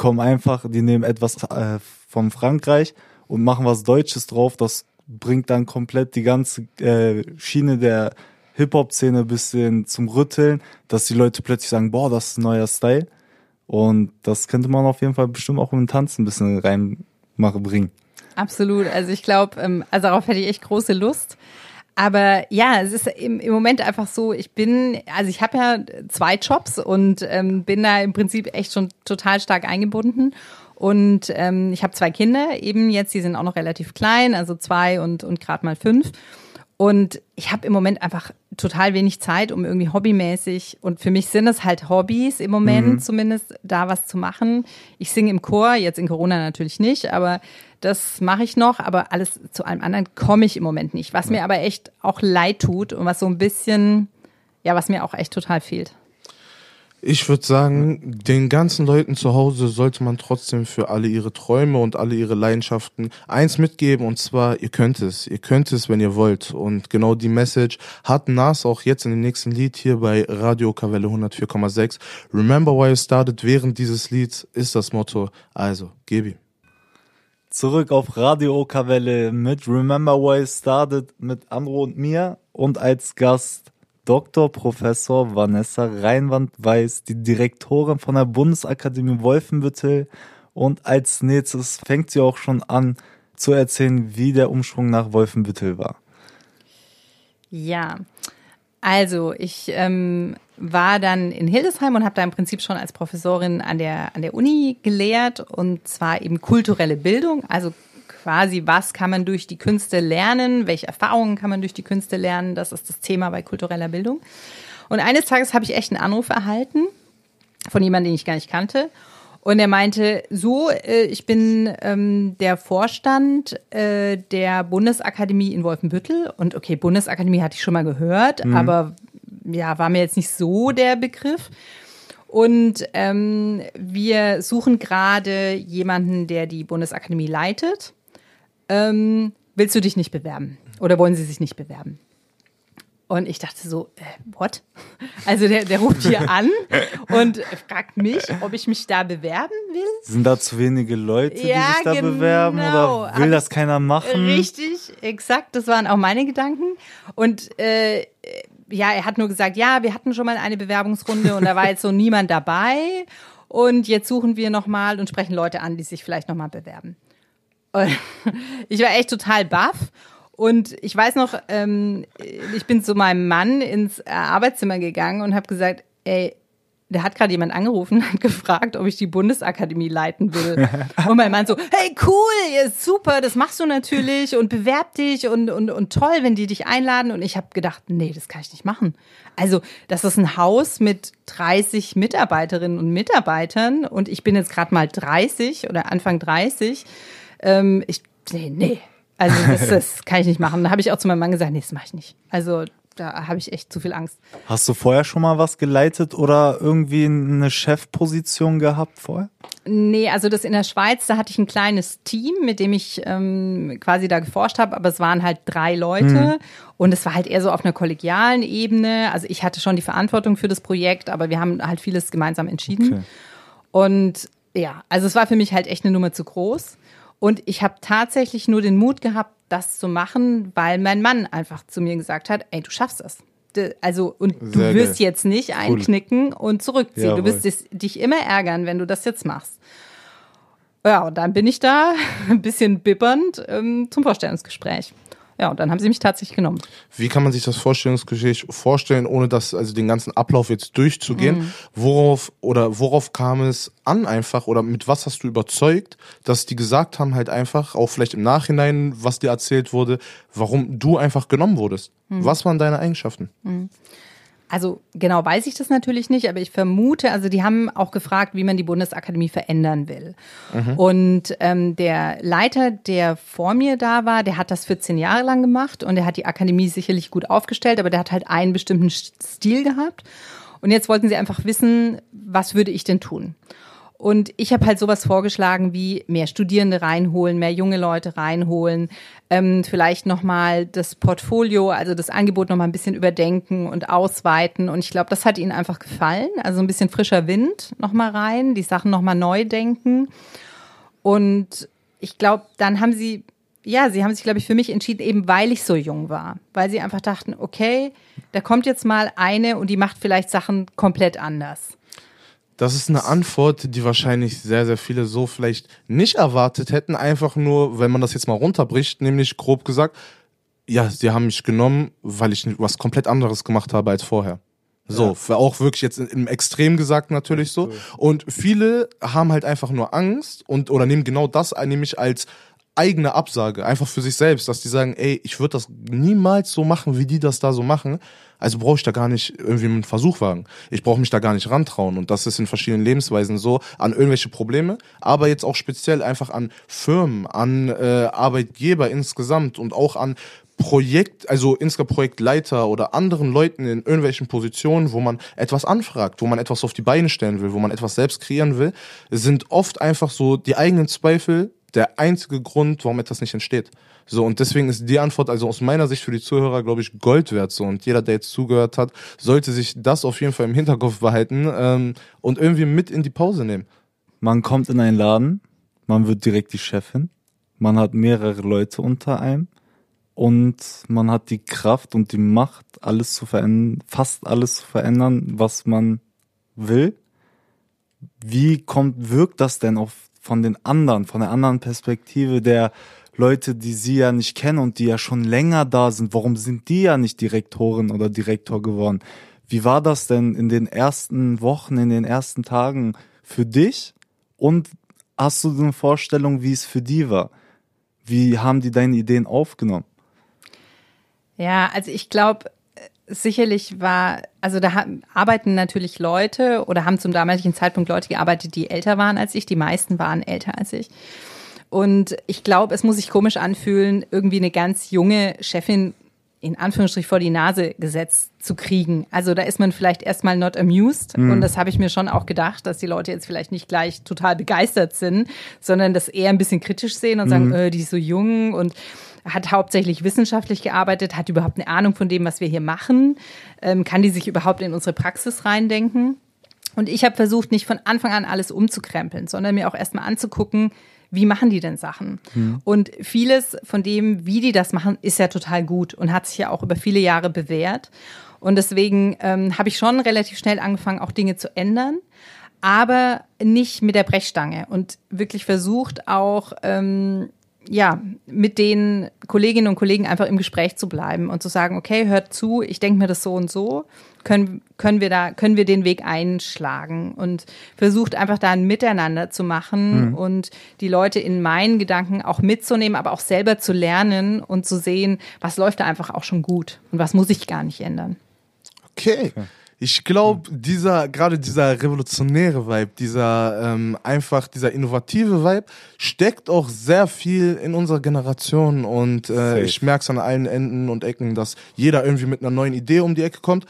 Die nehmen etwas von Frankreich und machen was Deutsches drauf. Das bringt dann komplett die ganze Schiene der Hip-Hop-Szene ein bisschen zum Rütteln, dass die Leute plötzlich sagen, boah, das ist ein neuer Style. Und das könnte man auf jeden Fall bestimmt auch im Tanzen ein bisschen bringen. Absolut. Also ich glaube, darauf hätte ich echt große Lust. Aber ja, es ist im Moment einfach so, ich habe ja 2 Jobs und bin da im Prinzip echt schon total stark eingebunden. Und ich habe 2 Kinder, eben jetzt, die sind auch noch relativ klein, also 2 und gerade mal 5. Und ich habe im Moment einfach total wenig Zeit, um irgendwie hobbymäßig, und für mich sind es halt Hobbys im Moment zumindest, da was zu machen. Ich singe im Chor, jetzt in Corona natürlich nicht, aber das mache ich noch, aber alles zu allem anderen komme ich im Moment nicht. Was mir aber echt auch leid tut und was so ein bisschen, was mir auch echt total fehlt. Ich würde sagen, den ganzen Leuten zu Hause sollte man trotzdem für alle ihre Träume und alle ihre Leidenschaften eins mitgeben, und zwar, ihr könnt es, wenn ihr wollt. Und genau die Message hat Nas auch jetzt in dem nächsten Lied hier bei Radio Kavelle 104,6. Remember why you started, während dieses Lieds ist das Motto. Also, gib ihm. Zurück auf Radio Kavelle mit Remember Why You Started mit Andro und mir und als Gast Dr. Professor Vanessa Reinwand-Weiß, die Direktorin von der Bundesakademie Wolfenbüttel. Und als nächstes fängt sie auch schon an zu erzählen, wie der Umschwung nach Wolfenbüttel war. Ja, also ich war dann in Hildesheim und habe da im Prinzip schon als Professorin an der Uni gelehrt, und zwar eben kulturelle Bildung, also quasi, was kann man durch die Künste lernen, welche Erfahrungen kann man durch die Künste lernen, das ist das Thema bei kultureller Bildung. Und eines Tages habe ich echt einen Anruf erhalten von jemandem, den ich gar nicht kannte. Und er meinte, ich bin der Vorstand der Bundesakademie in Wolfenbüttel. Und okay, Bundesakademie hatte ich schon mal gehört, aber ja, war mir jetzt nicht so der Begriff. Und wir suchen gerade jemanden, der die Bundesakademie leitet. Willst du dich nicht bewerben? Oder wollen sie sich nicht bewerben? Und ich dachte so, what? Also der ruft hier an und fragt mich, ob ich mich da bewerben will. Sind da zu wenige Leute, die sich da bewerben? Oder will das keiner machen? Richtig, exakt. Das waren auch meine Gedanken. Und ja, er hat nur gesagt, ja, wir hatten schon mal eine Bewerbungsrunde und da war jetzt so niemand dabei. Und jetzt suchen wir nochmal und sprechen Leute an, die sich vielleicht nochmal bewerben. Und ich war echt total baff. Und ich weiß noch, ich bin zu meinem Mann ins Arbeitszimmer gegangen und habe gesagt, ey, da hat gerade jemand angerufen und hat gefragt, ob ich die Bundesakademie leiten will. Und mein Mann so, hey, cool, ja, super, das machst du natürlich und bewerb dich und toll, wenn die dich einladen. Und ich habe gedacht, nee, das kann ich nicht machen. Also das ist ein Haus mit 30 Mitarbeiterinnen und und ich bin jetzt gerade mal 30 oder Anfang 30. Nee. Also das kann ich nicht machen. Da habe ich auch zu meinem Mann gesagt, nee, das mache ich nicht. Also da habe ich echt zu viel Angst. Hast du vorher schon mal was geleitet oder irgendwie eine Chefposition gehabt vorher? Nee, also das in der Schweiz, da hatte ich ein kleines Team, mit dem ich quasi da geforscht habe, aber es waren halt 3 Leute und es war halt eher so auf einer kollegialen Ebene. Also ich hatte schon die Verantwortung für das Projekt, aber wir haben halt vieles gemeinsam entschieden. Okay. Und ja, also es war für mich halt echt eine Nummer zu groß. Und ich habe tatsächlich nur den Mut gehabt, das zu machen, weil mein Mann einfach zu mir gesagt hat, ey, du schaffst das. Also, und du wirst jetzt nicht einknicken und zurückziehen. Jawohl. Du wirst dich immer ärgern, wenn du das jetzt machst. Ja, und dann bin ich da ein bisschen bibbernd zum Vorstellungsgespräch. Ja, und dann haben sie mich tatsächlich genommen. Wie kann man sich das Vorstellungsgespräch vorstellen, ohne also den ganzen Ablauf jetzt durchzugehen? Worauf kam es an einfach, oder mit was hast du überzeugt, dass die gesagt haben halt einfach, auch vielleicht im Nachhinein, was dir erzählt wurde, warum du einfach genommen wurdest? Was waren deine Eigenschaften? Also genau weiß ich das natürlich nicht, aber ich vermute, also die haben auch gefragt, wie man die Bundesakademie verändern will. Und der Leiter, der vor mir da war, der hat das 14 Jahre lang gemacht und der hat die Akademie sicherlich gut aufgestellt, aber der hat halt einen bestimmten Stil gehabt. Und jetzt wollten sie einfach wissen, was würde ich denn tun? Und ich habe halt sowas vorgeschlagen wie mehr Studierende reinholen, mehr junge Leute reinholen, vielleicht nochmal das Portfolio, also das Angebot nochmal ein bisschen überdenken und ausweiten. Und ich glaube, das hat ihnen einfach gefallen. Also ein bisschen frischer Wind nochmal rein, die Sachen nochmal neu denken. Und ich glaube, dann haben sie haben sich, glaube ich, für mich entschieden, eben weil ich so jung war. Weil sie einfach dachten, okay, da kommt jetzt mal eine und die macht vielleicht Sachen komplett anders. Das ist eine Antwort, die wahrscheinlich sehr, sehr viele so vielleicht nicht erwartet hätten. Einfach nur, wenn man das jetzt mal runterbricht, nämlich grob gesagt, ja, sie haben mich genommen, weil ich was komplett anderes gemacht habe als vorher. So, ja. Auch wirklich jetzt im Extrem gesagt natürlich so. Und viele haben halt einfach nur Angst oder nehmen genau das nämlich als eigene Absage, einfach für sich selbst, dass die sagen, ey, ich würde das niemals so machen, wie die das da so machen, also brauche ich da gar nicht irgendwie einen Versuch wagen. Ich brauche mich da gar nicht rantrauen, und das ist in verschiedenen Lebensweisen so, an irgendwelche Probleme, aber jetzt auch speziell einfach an Firmen, an Arbeitgeber insgesamt und auch an Projektleiter oder anderen Leuten in irgendwelchen Positionen, wo man etwas anfragt, wo man etwas auf die Beine stellen will, wo man etwas selbst kreieren will, sind oft einfach so die eigenen Zweifel der einzige Grund, warum etwas nicht entsteht. So, und deswegen ist die Antwort, also aus meiner Sicht für die Zuhörer, glaube ich, Gold wert. So, und jeder, der jetzt zugehört hat, sollte sich das auf jeden Fall im Hinterkopf behalten und irgendwie mit in die Pause nehmen. Man kommt in einen Laden, man wird direkt die Chefin, man hat mehrere Leute unter einem und man hat die Kraft und die Macht, alles zu verändern, fast alles zu verändern, was man will. Wie wirkt das denn von der anderen Perspektive der Leute, die sie ja nicht kennen und die ja schon länger da sind? Warum sind die ja nicht Direktorin oder Direktor geworden? Wie war das denn in den ersten Wochen, in den ersten Tagen für dich? Und hast du eine Vorstellung, wie es für die war? Wie haben die deine Ideen aufgenommen? Ja, also ich glaube, sicherlich arbeiten natürlich Leute oder haben zum damaligen Zeitpunkt Leute gearbeitet, die älter waren als ich. Die meisten waren älter als ich. Und ich glaube, es muss sich komisch anfühlen, irgendwie eine ganz junge Chefin in Anführungsstrich vor die Nase gesetzt zu kriegen. Also da ist man vielleicht erstmal not amused. Und das habe ich mir schon auch gedacht, dass die Leute jetzt vielleicht nicht gleich total begeistert sind, sondern das eher ein bisschen kritisch sehen und sagen, die ist so jung und hat hauptsächlich wissenschaftlich gearbeitet, hat überhaupt eine Ahnung von dem, was wir hier machen, kann die sich überhaupt in unsere Praxis reindenken. Und ich habe versucht, nicht von Anfang an alles umzukrempeln, sondern mir auch erstmal anzugucken, wie machen die denn Sachen? Und vieles von dem, wie die das machen, ist ja total gut und hat sich ja auch über viele Jahre bewährt. Und deswegen habe ich schon relativ schnell angefangen, auch Dinge zu ändern, aber nicht mit der Brechstange und wirklich versucht auch, mit den Kolleginnen und Kollegen einfach im Gespräch zu bleiben und zu sagen, okay, hört zu, ich denke mir das so und so, können wir den Weg einschlagen und versucht einfach da ein Miteinander zu machen und die Leute in meinen Gedanken auch mitzunehmen, aber auch selber zu lernen und zu sehen, was läuft da einfach auch schon gut und was muss ich gar nicht ändern. Okay. Ich glaube, dieser revolutionäre Vibe, dieser innovative Vibe steckt auch sehr viel in unserer Generation und ich merke es an allen Enden und Ecken, dass jeder irgendwie mit einer neuen Idee um die Ecke kommt.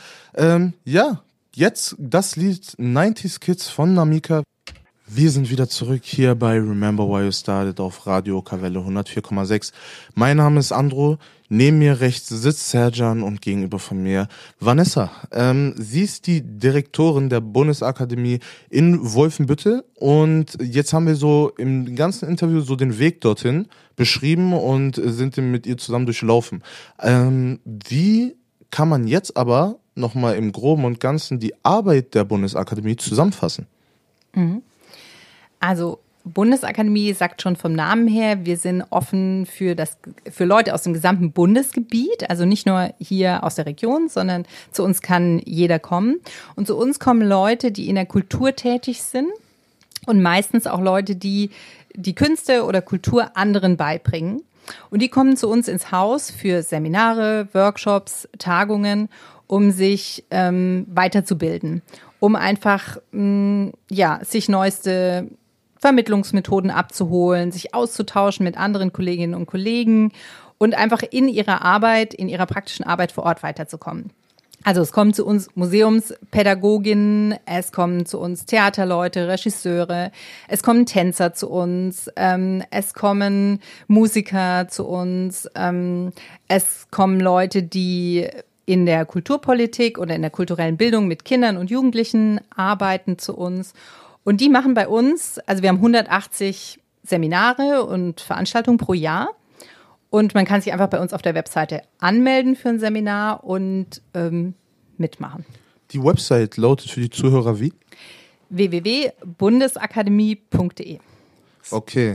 Jetzt das Lied 90s Kids von Namika. Wir sind wieder zurück hier bei Remember Why You Started auf Radio Okawelle 104,6. Mein Name ist Andro. Neben mir rechts sitzt Serjan und gegenüber von mir Vanessa. Sie ist die Direktorin der Bundesakademie in Wolfenbüttel und jetzt haben wir so im ganzen Interview so den Weg dorthin beschrieben und sind mit ihr zusammen durchlaufen. Wie kann man jetzt aber nochmal im Groben und Ganzen die Arbeit der Bundesakademie zusammenfassen? Also Bundesakademie sagt schon vom Namen her, wir sind offen für Leute aus dem gesamten Bundesgebiet, also nicht nur hier aus der Region, sondern zu uns kann jeder kommen. Und zu uns kommen Leute, die in der Kultur tätig sind und meistens auch Leute, die die Künste oder Kultur anderen beibringen. Und die kommen zu uns ins Haus für Seminare, Workshops, Tagungen, um sich weiterzubilden, um einfach sich neueste Vermittlungsmethoden abzuholen, sich auszutauschen mit anderen Kolleginnen und Kollegen und einfach in ihrer praktischen Arbeit vor Ort weiterzukommen. Also es kommen zu uns Museumspädagoginnen, es kommen zu uns Theaterleute, Regisseure, es kommen Tänzer zu uns, es kommen Musiker zu uns, es kommen Leute, die in der Kulturpolitik oder in der kulturellen Bildung mit Kindern und Jugendlichen arbeiten zu uns. Und die machen bei uns, also wir haben 180 Seminare und Veranstaltungen pro Jahr. Und man kann sich einfach bei uns auf der Webseite anmelden für ein Seminar und mitmachen. Die Website lautet für die Zuhörer wie? www.bundesakademie.de. Okay,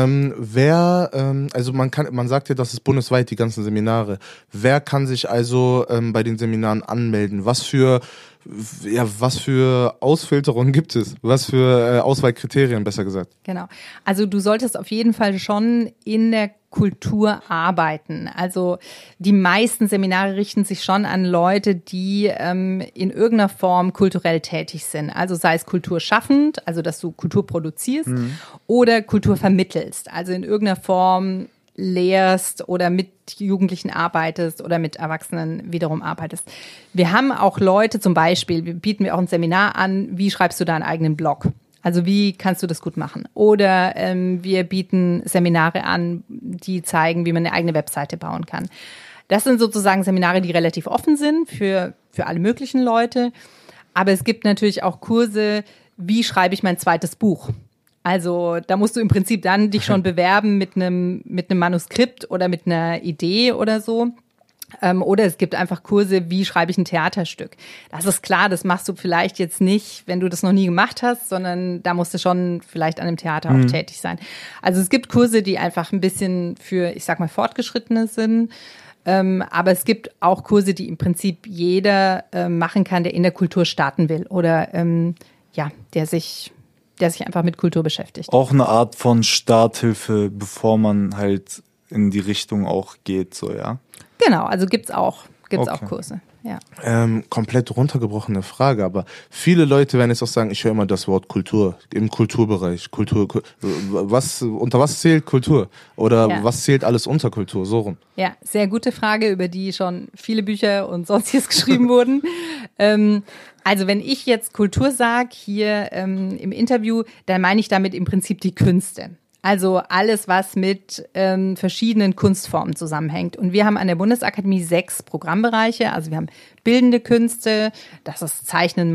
man sagt ja, das ist bundesweit die ganzen Seminare. Wer kann sich also bei den Seminaren anmelden? Was für Ausfilterungen gibt es? Was für Auswahlkriterien, besser gesagt? Genau. Also du solltest auf jeden Fall schon in der Kultur arbeiten. Also die meisten Seminare richten sich schon an Leute, die in irgendeiner Form kulturell tätig sind. Also sei es kulturschaffend, also dass du Kultur produzierst, oder Kultur vermittelst, also in irgendeiner Form lehrst oder mit Jugendlichen arbeitest oder mit Erwachsenen wiederum arbeitest. Wir haben auch Leute, zum Beispiel, bieten wir auch ein Seminar an, wie schreibst du deinen eigenen Blog? Also wie kannst du das gut machen? Oder wir bieten Seminare an, die zeigen, wie man eine eigene Webseite bauen kann. Das sind sozusagen Seminare, die relativ offen sind für alle möglichen Leute. Aber es gibt natürlich auch Kurse, wie schreibe ich mein zweites Buch? Also da musst du im Prinzip dann dich schon bewerben mit einem Manuskript oder mit einer Idee oder so. Oder es gibt einfach Kurse, wie schreibe ich ein Theaterstück. Das ist klar, das machst du vielleicht jetzt nicht, wenn du das noch nie gemacht hast, sondern da musst du schon vielleicht an einem Theater auch tätig sein. Also es gibt Kurse, die einfach ein bisschen für, ich sag mal, Fortgeschrittene sind. Aber es gibt auch Kurse, die im Prinzip jeder machen kann, der in der Kultur starten will oder der sich einfach mit Kultur beschäftigt. Auch eine Art von Starthilfe, bevor man halt in die Richtung auch geht, so, ja? Genau, also gibt's auch Kurse, ja. Komplett runtergebrochene Frage, aber viele Leute werden jetzt auch sagen, ich höre immer das Wort Kultur im Kulturbereich. Unter was zählt Kultur? Oder was zählt alles unter Kultur? So rum. Ja, sehr gute Frage, über die schon viele Bücher und sonstiges geschrieben wurden. Also wenn ich jetzt Kultur sage hier im Interview, dann meine ich damit im Prinzip die Künste. Also alles, was mit verschiedenen Kunstformen zusammenhängt. Und wir haben an der Bundesakademie 6 Programmbereiche. Also wir haben bildende Künste, das ist Zeichnen,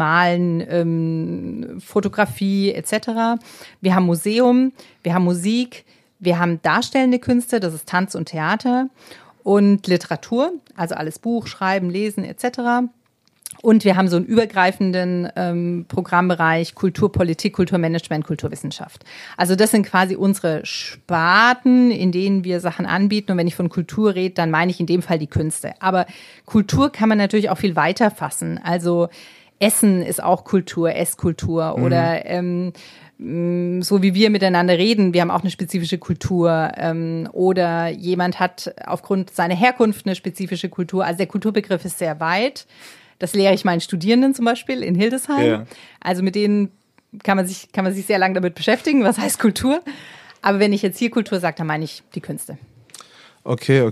Malen, Fotografie etc. Wir haben Museum, wir haben Musik, wir haben darstellende Künste, das ist Tanz und Theater und Literatur, also alles Buch, Schreiben, Lesen etc. Und wir haben so einen übergreifenden Programmbereich Kulturpolitik, Kulturmanagement, Kulturwissenschaft. Also das sind quasi unsere Sparten, in denen wir Sachen anbieten. Und wenn ich von Kultur rede, dann meine ich in dem Fall die Künste. Aber Kultur kann man natürlich auch viel weiter fassen. Also Essen ist auch Kultur, Esskultur oder so wie wir miteinander reden, wir haben auch eine spezifische Kultur oder jemand hat aufgrund seiner Herkunft eine spezifische Kultur. Also der Kulturbegriff ist sehr weit. Das lehre ich meinen Studierenden zum Beispiel in Hildesheim. Ja. Also mit denen kann man sich sehr lange damit beschäftigen, was heißt Kultur. Aber wenn ich jetzt hier Kultur sage, dann meine ich die Künste. Okay.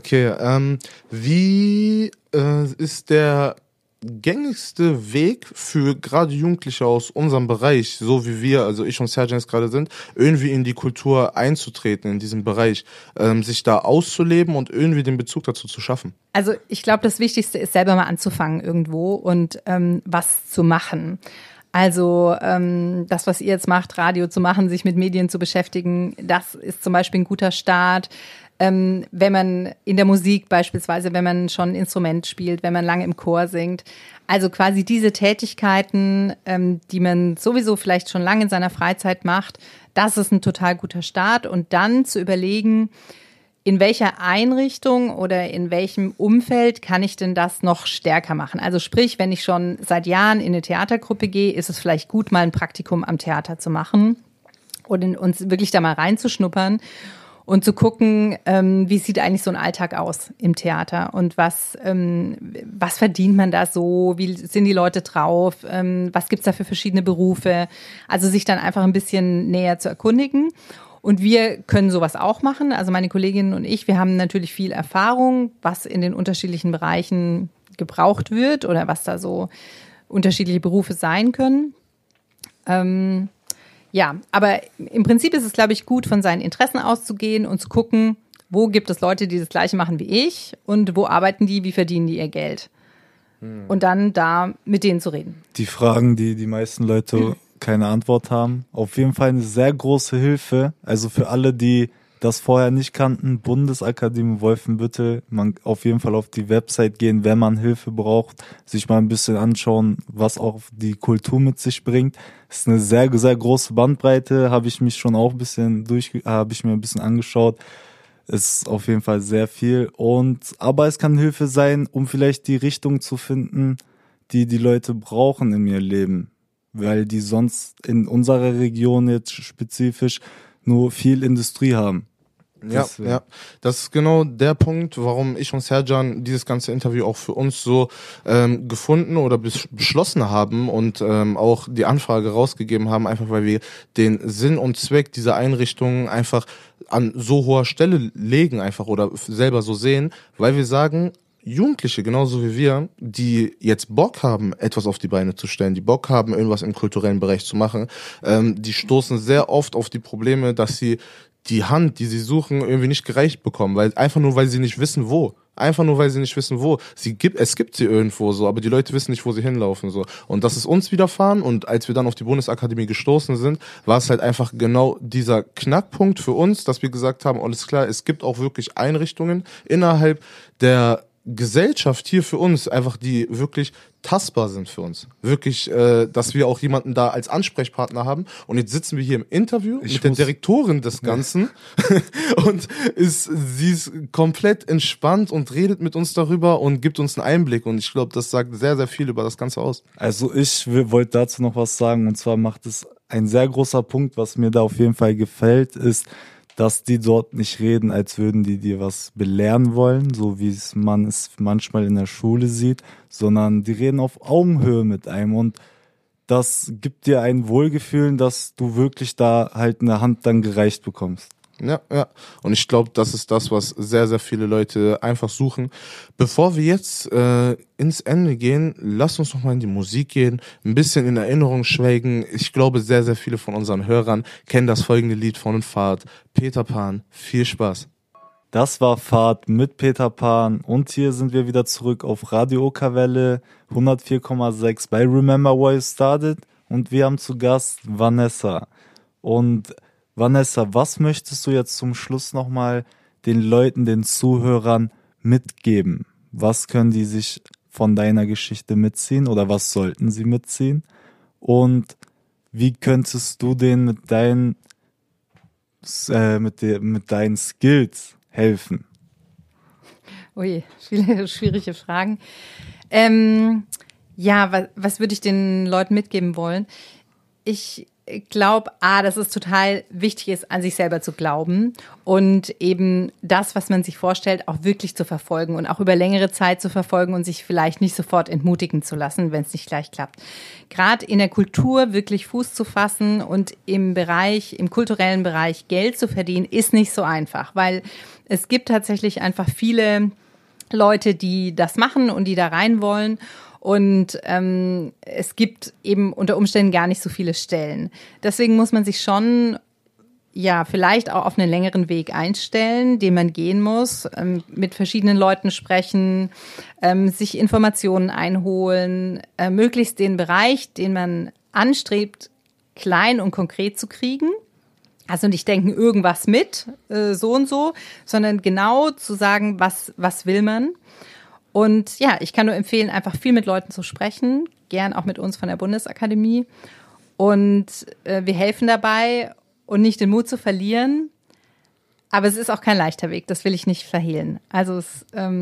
Wie ist der gängigste Weg für gerade Jugendliche aus unserem Bereich, so wie wir, also ich und Serjan jetzt gerade sind, irgendwie in die Kultur einzutreten, in diesem Bereich, sich da auszuleben und irgendwie den Bezug dazu zu schaffen? Also ich glaube, das Wichtigste ist, selber mal anzufangen irgendwo und was zu machen. Also das, was ihr jetzt macht, Radio zu machen, sich mit Medien zu beschäftigen, das ist zum Beispiel ein guter Start. Wenn man in der Musik beispielsweise, wenn man schon ein Instrument spielt, wenn man lange im Chor singt. Also quasi diese Tätigkeiten, die man sowieso vielleicht schon lange in seiner Freizeit macht, das ist ein total guter Start. Und dann zu überlegen, in welcher Einrichtung oder in welchem Umfeld kann ich denn das noch stärker machen? Also sprich, wenn ich schon seit Jahren in eine Theatergruppe gehe, ist es vielleicht gut, mal ein Praktikum am Theater zu machen und uns wirklich da mal reinzuschnuppern. Und zu gucken, wie sieht eigentlich so ein Alltag aus im Theater und was verdient man da so, wie sind die Leute drauf, was gibt's da für verschiedene Berufe, also sich dann einfach ein bisschen näher zu erkundigen. Und wir können sowas auch machen, also meine Kolleginnen und ich, wir haben natürlich viel Erfahrung, was in den unterschiedlichen Bereichen gebraucht wird oder was da so unterschiedliche Berufe sein können. Ja, aber im Prinzip ist es, glaube ich, gut, von seinen Interessen auszugehen und zu gucken, wo gibt es Leute, die das Gleiche machen wie ich und wo arbeiten die, wie verdienen die ihr Geld. Und dann da mit denen zu reden. Die Fragen, die die meisten Leute keine Antwort haben. Auf jeden Fall eine sehr große Hilfe. Also für alle, die das vorher nicht kannten, Bundesakademie Wolfenbüttel, man auf jeden Fall auf die Website gehen, wenn man Hilfe braucht, sich mal ein bisschen anschauen, was auch die Kultur mit sich bringt. Das ist eine sehr, sehr große Bandbreite, habe ich mir ein bisschen angeschaut. Ist auf jeden Fall sehr viel aber es kann Hilfe sein, um vielleicht die Richtung zu finden, die die Leute brauchen in ihr Leben, weil die sonst in unserer Region jetzt spezifisch nur viel Industrie haben. Ja, das ist genau der Punkt, warum ich und Serjan dieses ganze Interview auch für uns so gefunden oder beschlossen haben und auch die Anfrage rausgegeben haben, einfach weil wir den Sinn und Zweck dieser Einrichtung einfach an so hoher Stelle legen einfach oder selber so sehen, weil wir sagen, Jugendliche, genauso wie wir, die jetzt Bock haben, etwas auf die Beine zu stellen, die Bock haben, irgendwas im kulturellen Bereich zu machen, die stoßen sehr oft auf die Probleme, dass sie die Hand, die sie suchen, irgendwie nicht gereicht bekommen, weil sie nicht wissen, wo. Einfach nur, weil sie nicht wissen, wo. Es gibt sie irgendwo so, aber die Leute wissen nicht, wo sie hinlaufen so. Und das ist uns widerfahren und als wir dann auf die Bundesakademie gestoßen sind, war es halt einfach genau dieser Knackpunkt für uns, dass wir gesagt haben, alles klar, es gibt auch wirklich Einrichtungen innerhalb der Gesellschaft hier für uns, einfach die wirklich tastbar sind für uns. Wirklich, dass wir auch jemanden da als Ansprechpartner haben. Und jetzt sitzen wir hier im Interview mit der Direktorin des Ganzen und sie ist komplett entspannt und redet mit uns darüber und gibt uns einen Einblick. Und ich glaube, das sagt sehr, sehr viel über das Ganze aus. Also ich wollte dazu noch was sagen. Und zwar macht es ein sehr großer Punkt, was mir da auf jeden Fall gefällt, ist, dass die dort nicht reden, als würden die dir was belehren wollen, so wie man es manchmal in der Schule sieht, sondern die reden auf Augenhöhe mit einem und das gibt dir ein Wohlgefühl, dass du wirklich da halt eine Hand dann gereicht bekommst. Ja. Und ich glaube, das ist das, was sehr, sehr viele Leute einfach suchen. Bevor wir jetzt ins Ende gehen, lass uns noch mal in die Musik gehen, ein bisschen in Erinnerung schwelgen. Ich glaube, sehr, sehr viele von unseren Hörern kennen das folgende Lied von Fahrt. Peter Pan. Viel Spaß. Das war Fahrt mit Peter Pan und hier sind wir wieder zurück auf Radio Okerwelle 104,6 bei Remember Why You Started und wir haben zu Gast Vanessa. Und Vanessa, was möchtest du jetzt zum Schluss nochmal den Leuten, den Zuhörern mitgeben? Was können die sich von deiner Geschichte mitziehen oder was sollten sie mitziehen? Und wie könntest du denen mit deinen Skills helfen? Ui, viele schwierige Fragen. Was würde ich den Leuten mitgeben wollen? Ich glaube, dass es total wichtig ist, an sich selber zu glauben und eben das, was man sich vorstellt, auch wirklich zu verfolgen und auch über längere Zeit zu verfolgen und sich vielleicht nicht sofort entmutigen zu lassen, wenn es nicht gleich klappt. Gerade in der Kultur wirklich Fuß zu fassen und im kulturellen Bereich Geld zu verdienen, ist nicht so einfach, weil es gibt tatsächlich einfach viele Leute, die das machen und die da rein wollen. Und es gibt eben unter Umständen gar nicht so viele Stellen. Deswegen muss man sich schon vielleicht auch auf einen längeren Weg einstellen, den man gehen muss, mit verschiedenen Leuten sprechen, sich Informationen einholen, möglichst den Bereich, den man anstrebt, klein und konkret zu kriegen. Also nicht denken, irgendwas mit, so und so, sondern genau zu sagen, was will man. Und ich kann nur empfehlen, einfach viel mit Leuten zu sprechen, gern auch mit uns von der Bundesakademie. Und wir helfen dabei und nicht den Mut zu verlieren. Aber es ist auch kein leichter Weg, das will ich nicht verhehlen. Also es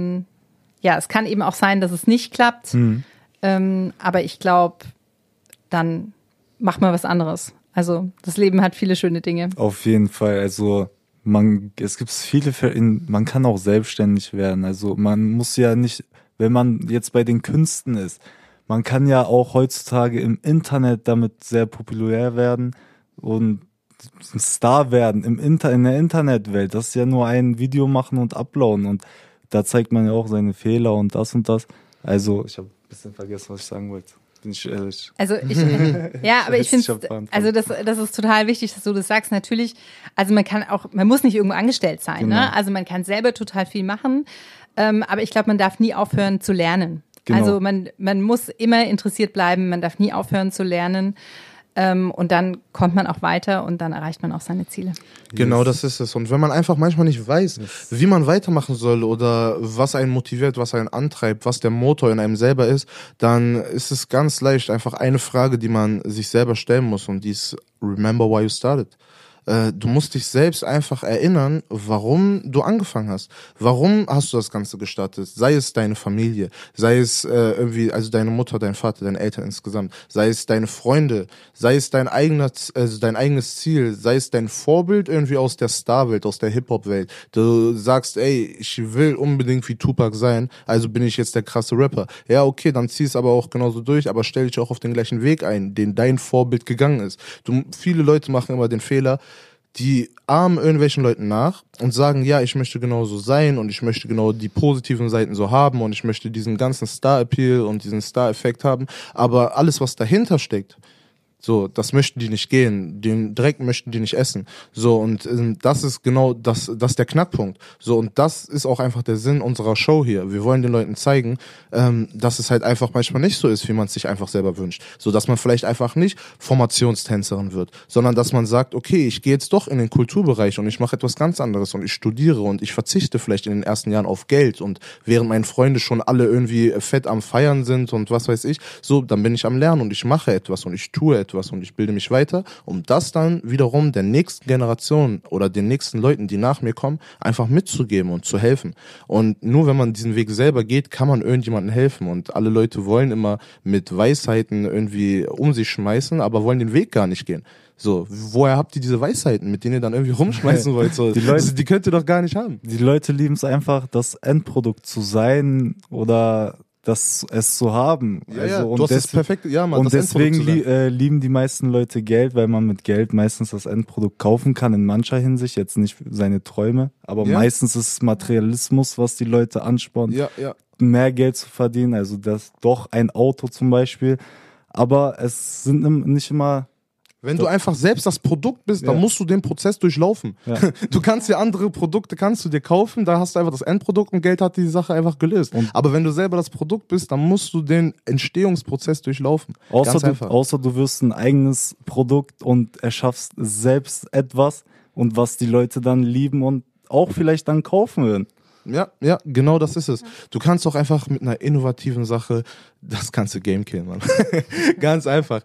kann eben auch sein, dass es nicht klappt. Aber ich glaube, dann macht man was anderes. Also das Leben hat viele schöne Dinge. Auf jeden Fall, also es gibt viele Fälle, man kann auch selbstständig werden. Also man muss ja nicht, wenn man jetzt bei den Künsten ist, man kann ja auch heutzutage im Internet damit sehr populär werden und ein Star werden in der Internetwelt. Das ist ja nur ein Video machen und uploaden und da zeigt man ja auch seine Fehler und das und das. Also ich habe ein bisschen vergessen, was ich sagen wollte. Bin ich ehrlich. Also ich finde, also das ist total wichtig, dass du das sagst. Natürlich, also man muss nicht irgendwo angestellt sein, genau. Ne? Also man kann selber total viel machen, aber ich glaube, man darf nie aufhören zu lernen. Genau. Also man muss immer interessiert bleiben, man darf nie aufhören zu lernen. Und dann kommt man auch weiter und dann erreicht man auch seine Ziele. Genau, das ist es. Und wenn man einfach manchmal nicht weiß, wie man weitermachen soll oder was einen motiviert, was einen antreibt, was der Motor in einem selber ist, dann ist es ganz leicht einfach eine Frage, die man sich selber stellen muss und die ist Remember why you started. Du musst dich selbst einfach erinnern, warum du angefangen hast. Warum hast du das Ganze gestartet? Sei es deine Familie, sei es also deine Mutter, dein Vater, deine Eltern insgesamt, sei es deine Freunde, sei es dein eigenes Ziel, sei es dein Vorbild irgendwie aus der Starwelt, aus der Hip-Hop-Welt. Du sagst, ey, ich will unbedingt wie Tupac sein, also bin ich jetzt der krasse Rapper. Ja, okay, dann zieh es aber auch genauso durch, aber stell dich auch auf den gleichen Weg ein, den dein Vorbild gegangen ist. Viele Leute machen immer den Fehler, die ahmen irgendwelchen Leuten nach und sagen, ja, ich möchte genauso sein und ich möchte genau die positiven Seiten so haben und ich möchte diesen ganzen Star-Appeal und diesen Star-Effekt haben. Aber alles, was dahinter steckt, So, das möchten die nicht gehen, den Dreck möchten die nicht essen. So, und das ist genau das ist der Knackpunkt. So, und das ist auch einfach der Sinn unserer Show hier. Wir wollen den Leuten zeigen, dass es halt einfach manchmal nicht so ist, wie man es sich einfach selber wünscht. So, dass man vielleicht einfach nicht Formationstänzerin wird, sondern dass man sagt, okay, ich gehe jetzt doch in den Kulturbereich und ich mache etwas ganz anderes und ich studiere und ich verzichte vielleicht in den ersten Jahren auf Geld und während meine Freunde schon alle irgendwie fett am Feiern sind und was weiß ich, so, dann bin ich am Lernen und ich mache etwas und ich tue etwas und ich bilde mich weiter, um das dann wiederum der nächsten Generation oder den nächsten Leuten, die nach mir kommen, einfach mitzugeben und zu helfen. Und nur wenn man diesen Weg selber geht, kann man irgendjemandem helfen. Und alle Leute wollen immer mit Weisheiten irgendwie um sich schmeißen, aber wollen den Weg gar nicht gehen. So, woher habt ihr diese Weisheiten, mit denen ihr dann irgendwie rumschmeißen wollt? So, die könnt ihr doch gar nicht haben. Die Leute lieben es einfach, das Endprodukt zu sein oder es zu haben. Ja, und du hast das perfekte, ja, man, und deswegen lieben die meisten Leute Geld, weil man mit Geld meistens das Endprodukt kaufen kann, in mancher Hinsicht, jetzt nicht seine Träume, aber meistens ist es Materialismus, was die Leute anspornt, mehr Geld zu verdienen, also das doch ein Auto zum Beispiel, aber es sind nicht immer... Wenn du einfach selbst das Produkt bist, dann musst du den Prozess durchlaufen. Ja. Du kannst dir andere Produkte, kannst du dir kaufen, da hast du einfach das Endprodukt und Geld hat die Sache einfach gelöst. Aber wenn du selber das Produkt bist, dann musst du den Entstehungsprozess durchlaufen. Außer du wirst ein eigenes Produkt und erschaffst selbst etwas und was die Leute dann lieben und auch vielleicht dann kaufen würden. Ja, genau das ist es. Du kannst auch einfach mit einer innovativen Sache das ganze Game killen, Mann. Ganz einfach.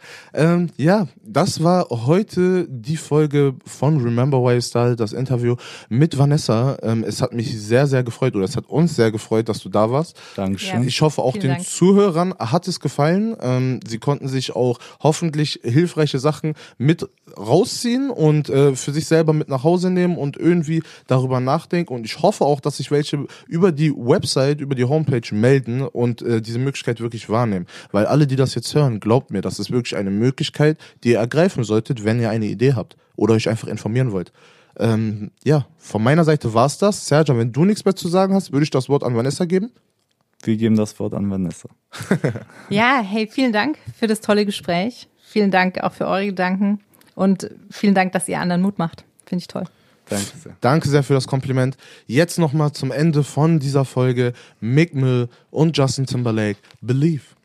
Das war heute die Folge von Remember Why You Started, das Interview mit Vanessa. Es hat mich sehr, sehr gefreut, oder es hat uns sehr gefreut, dass du da warst. Dankeschön. Ich hoffe auch den Zuhörern hat es gefallen. Sie konnten sich auch hoffentlich hilfreiche Sachen mit rausziehen und für sich selber mit nach Hause nehmen und irgendwie darüber nachdenken. Und ich hoffe auch, dass sich welche über die Website, über die Homepage melden und diese Möglichkeit wirklich wahrnehmen. Weil alle, die das jetzt hören, glaubt mir, das ist wirklich eine Möglichkeit, die ihr ergreifen solltet, wenn ihr eine Idee habt oder euch einfach informieren wollt. Von meiner Seite war's das. Serja, wenn du nichts mehr zu sagen hast, würde ich das Wort an Vanessa geben. Wir geben das Wort an Vanessa. Ja, hey, vielen Dank für das tolle Gespräch. Vielen Dank auch für eure Gedanken und vielen Dank, dass ihr anderen Mut macht. Finde ich toll. Danke sehr. Danke sehr für das Kompliment. Jetzt nochmal zum Ende von dieser Folge Meek Mill und Justin Timberlake. Believe.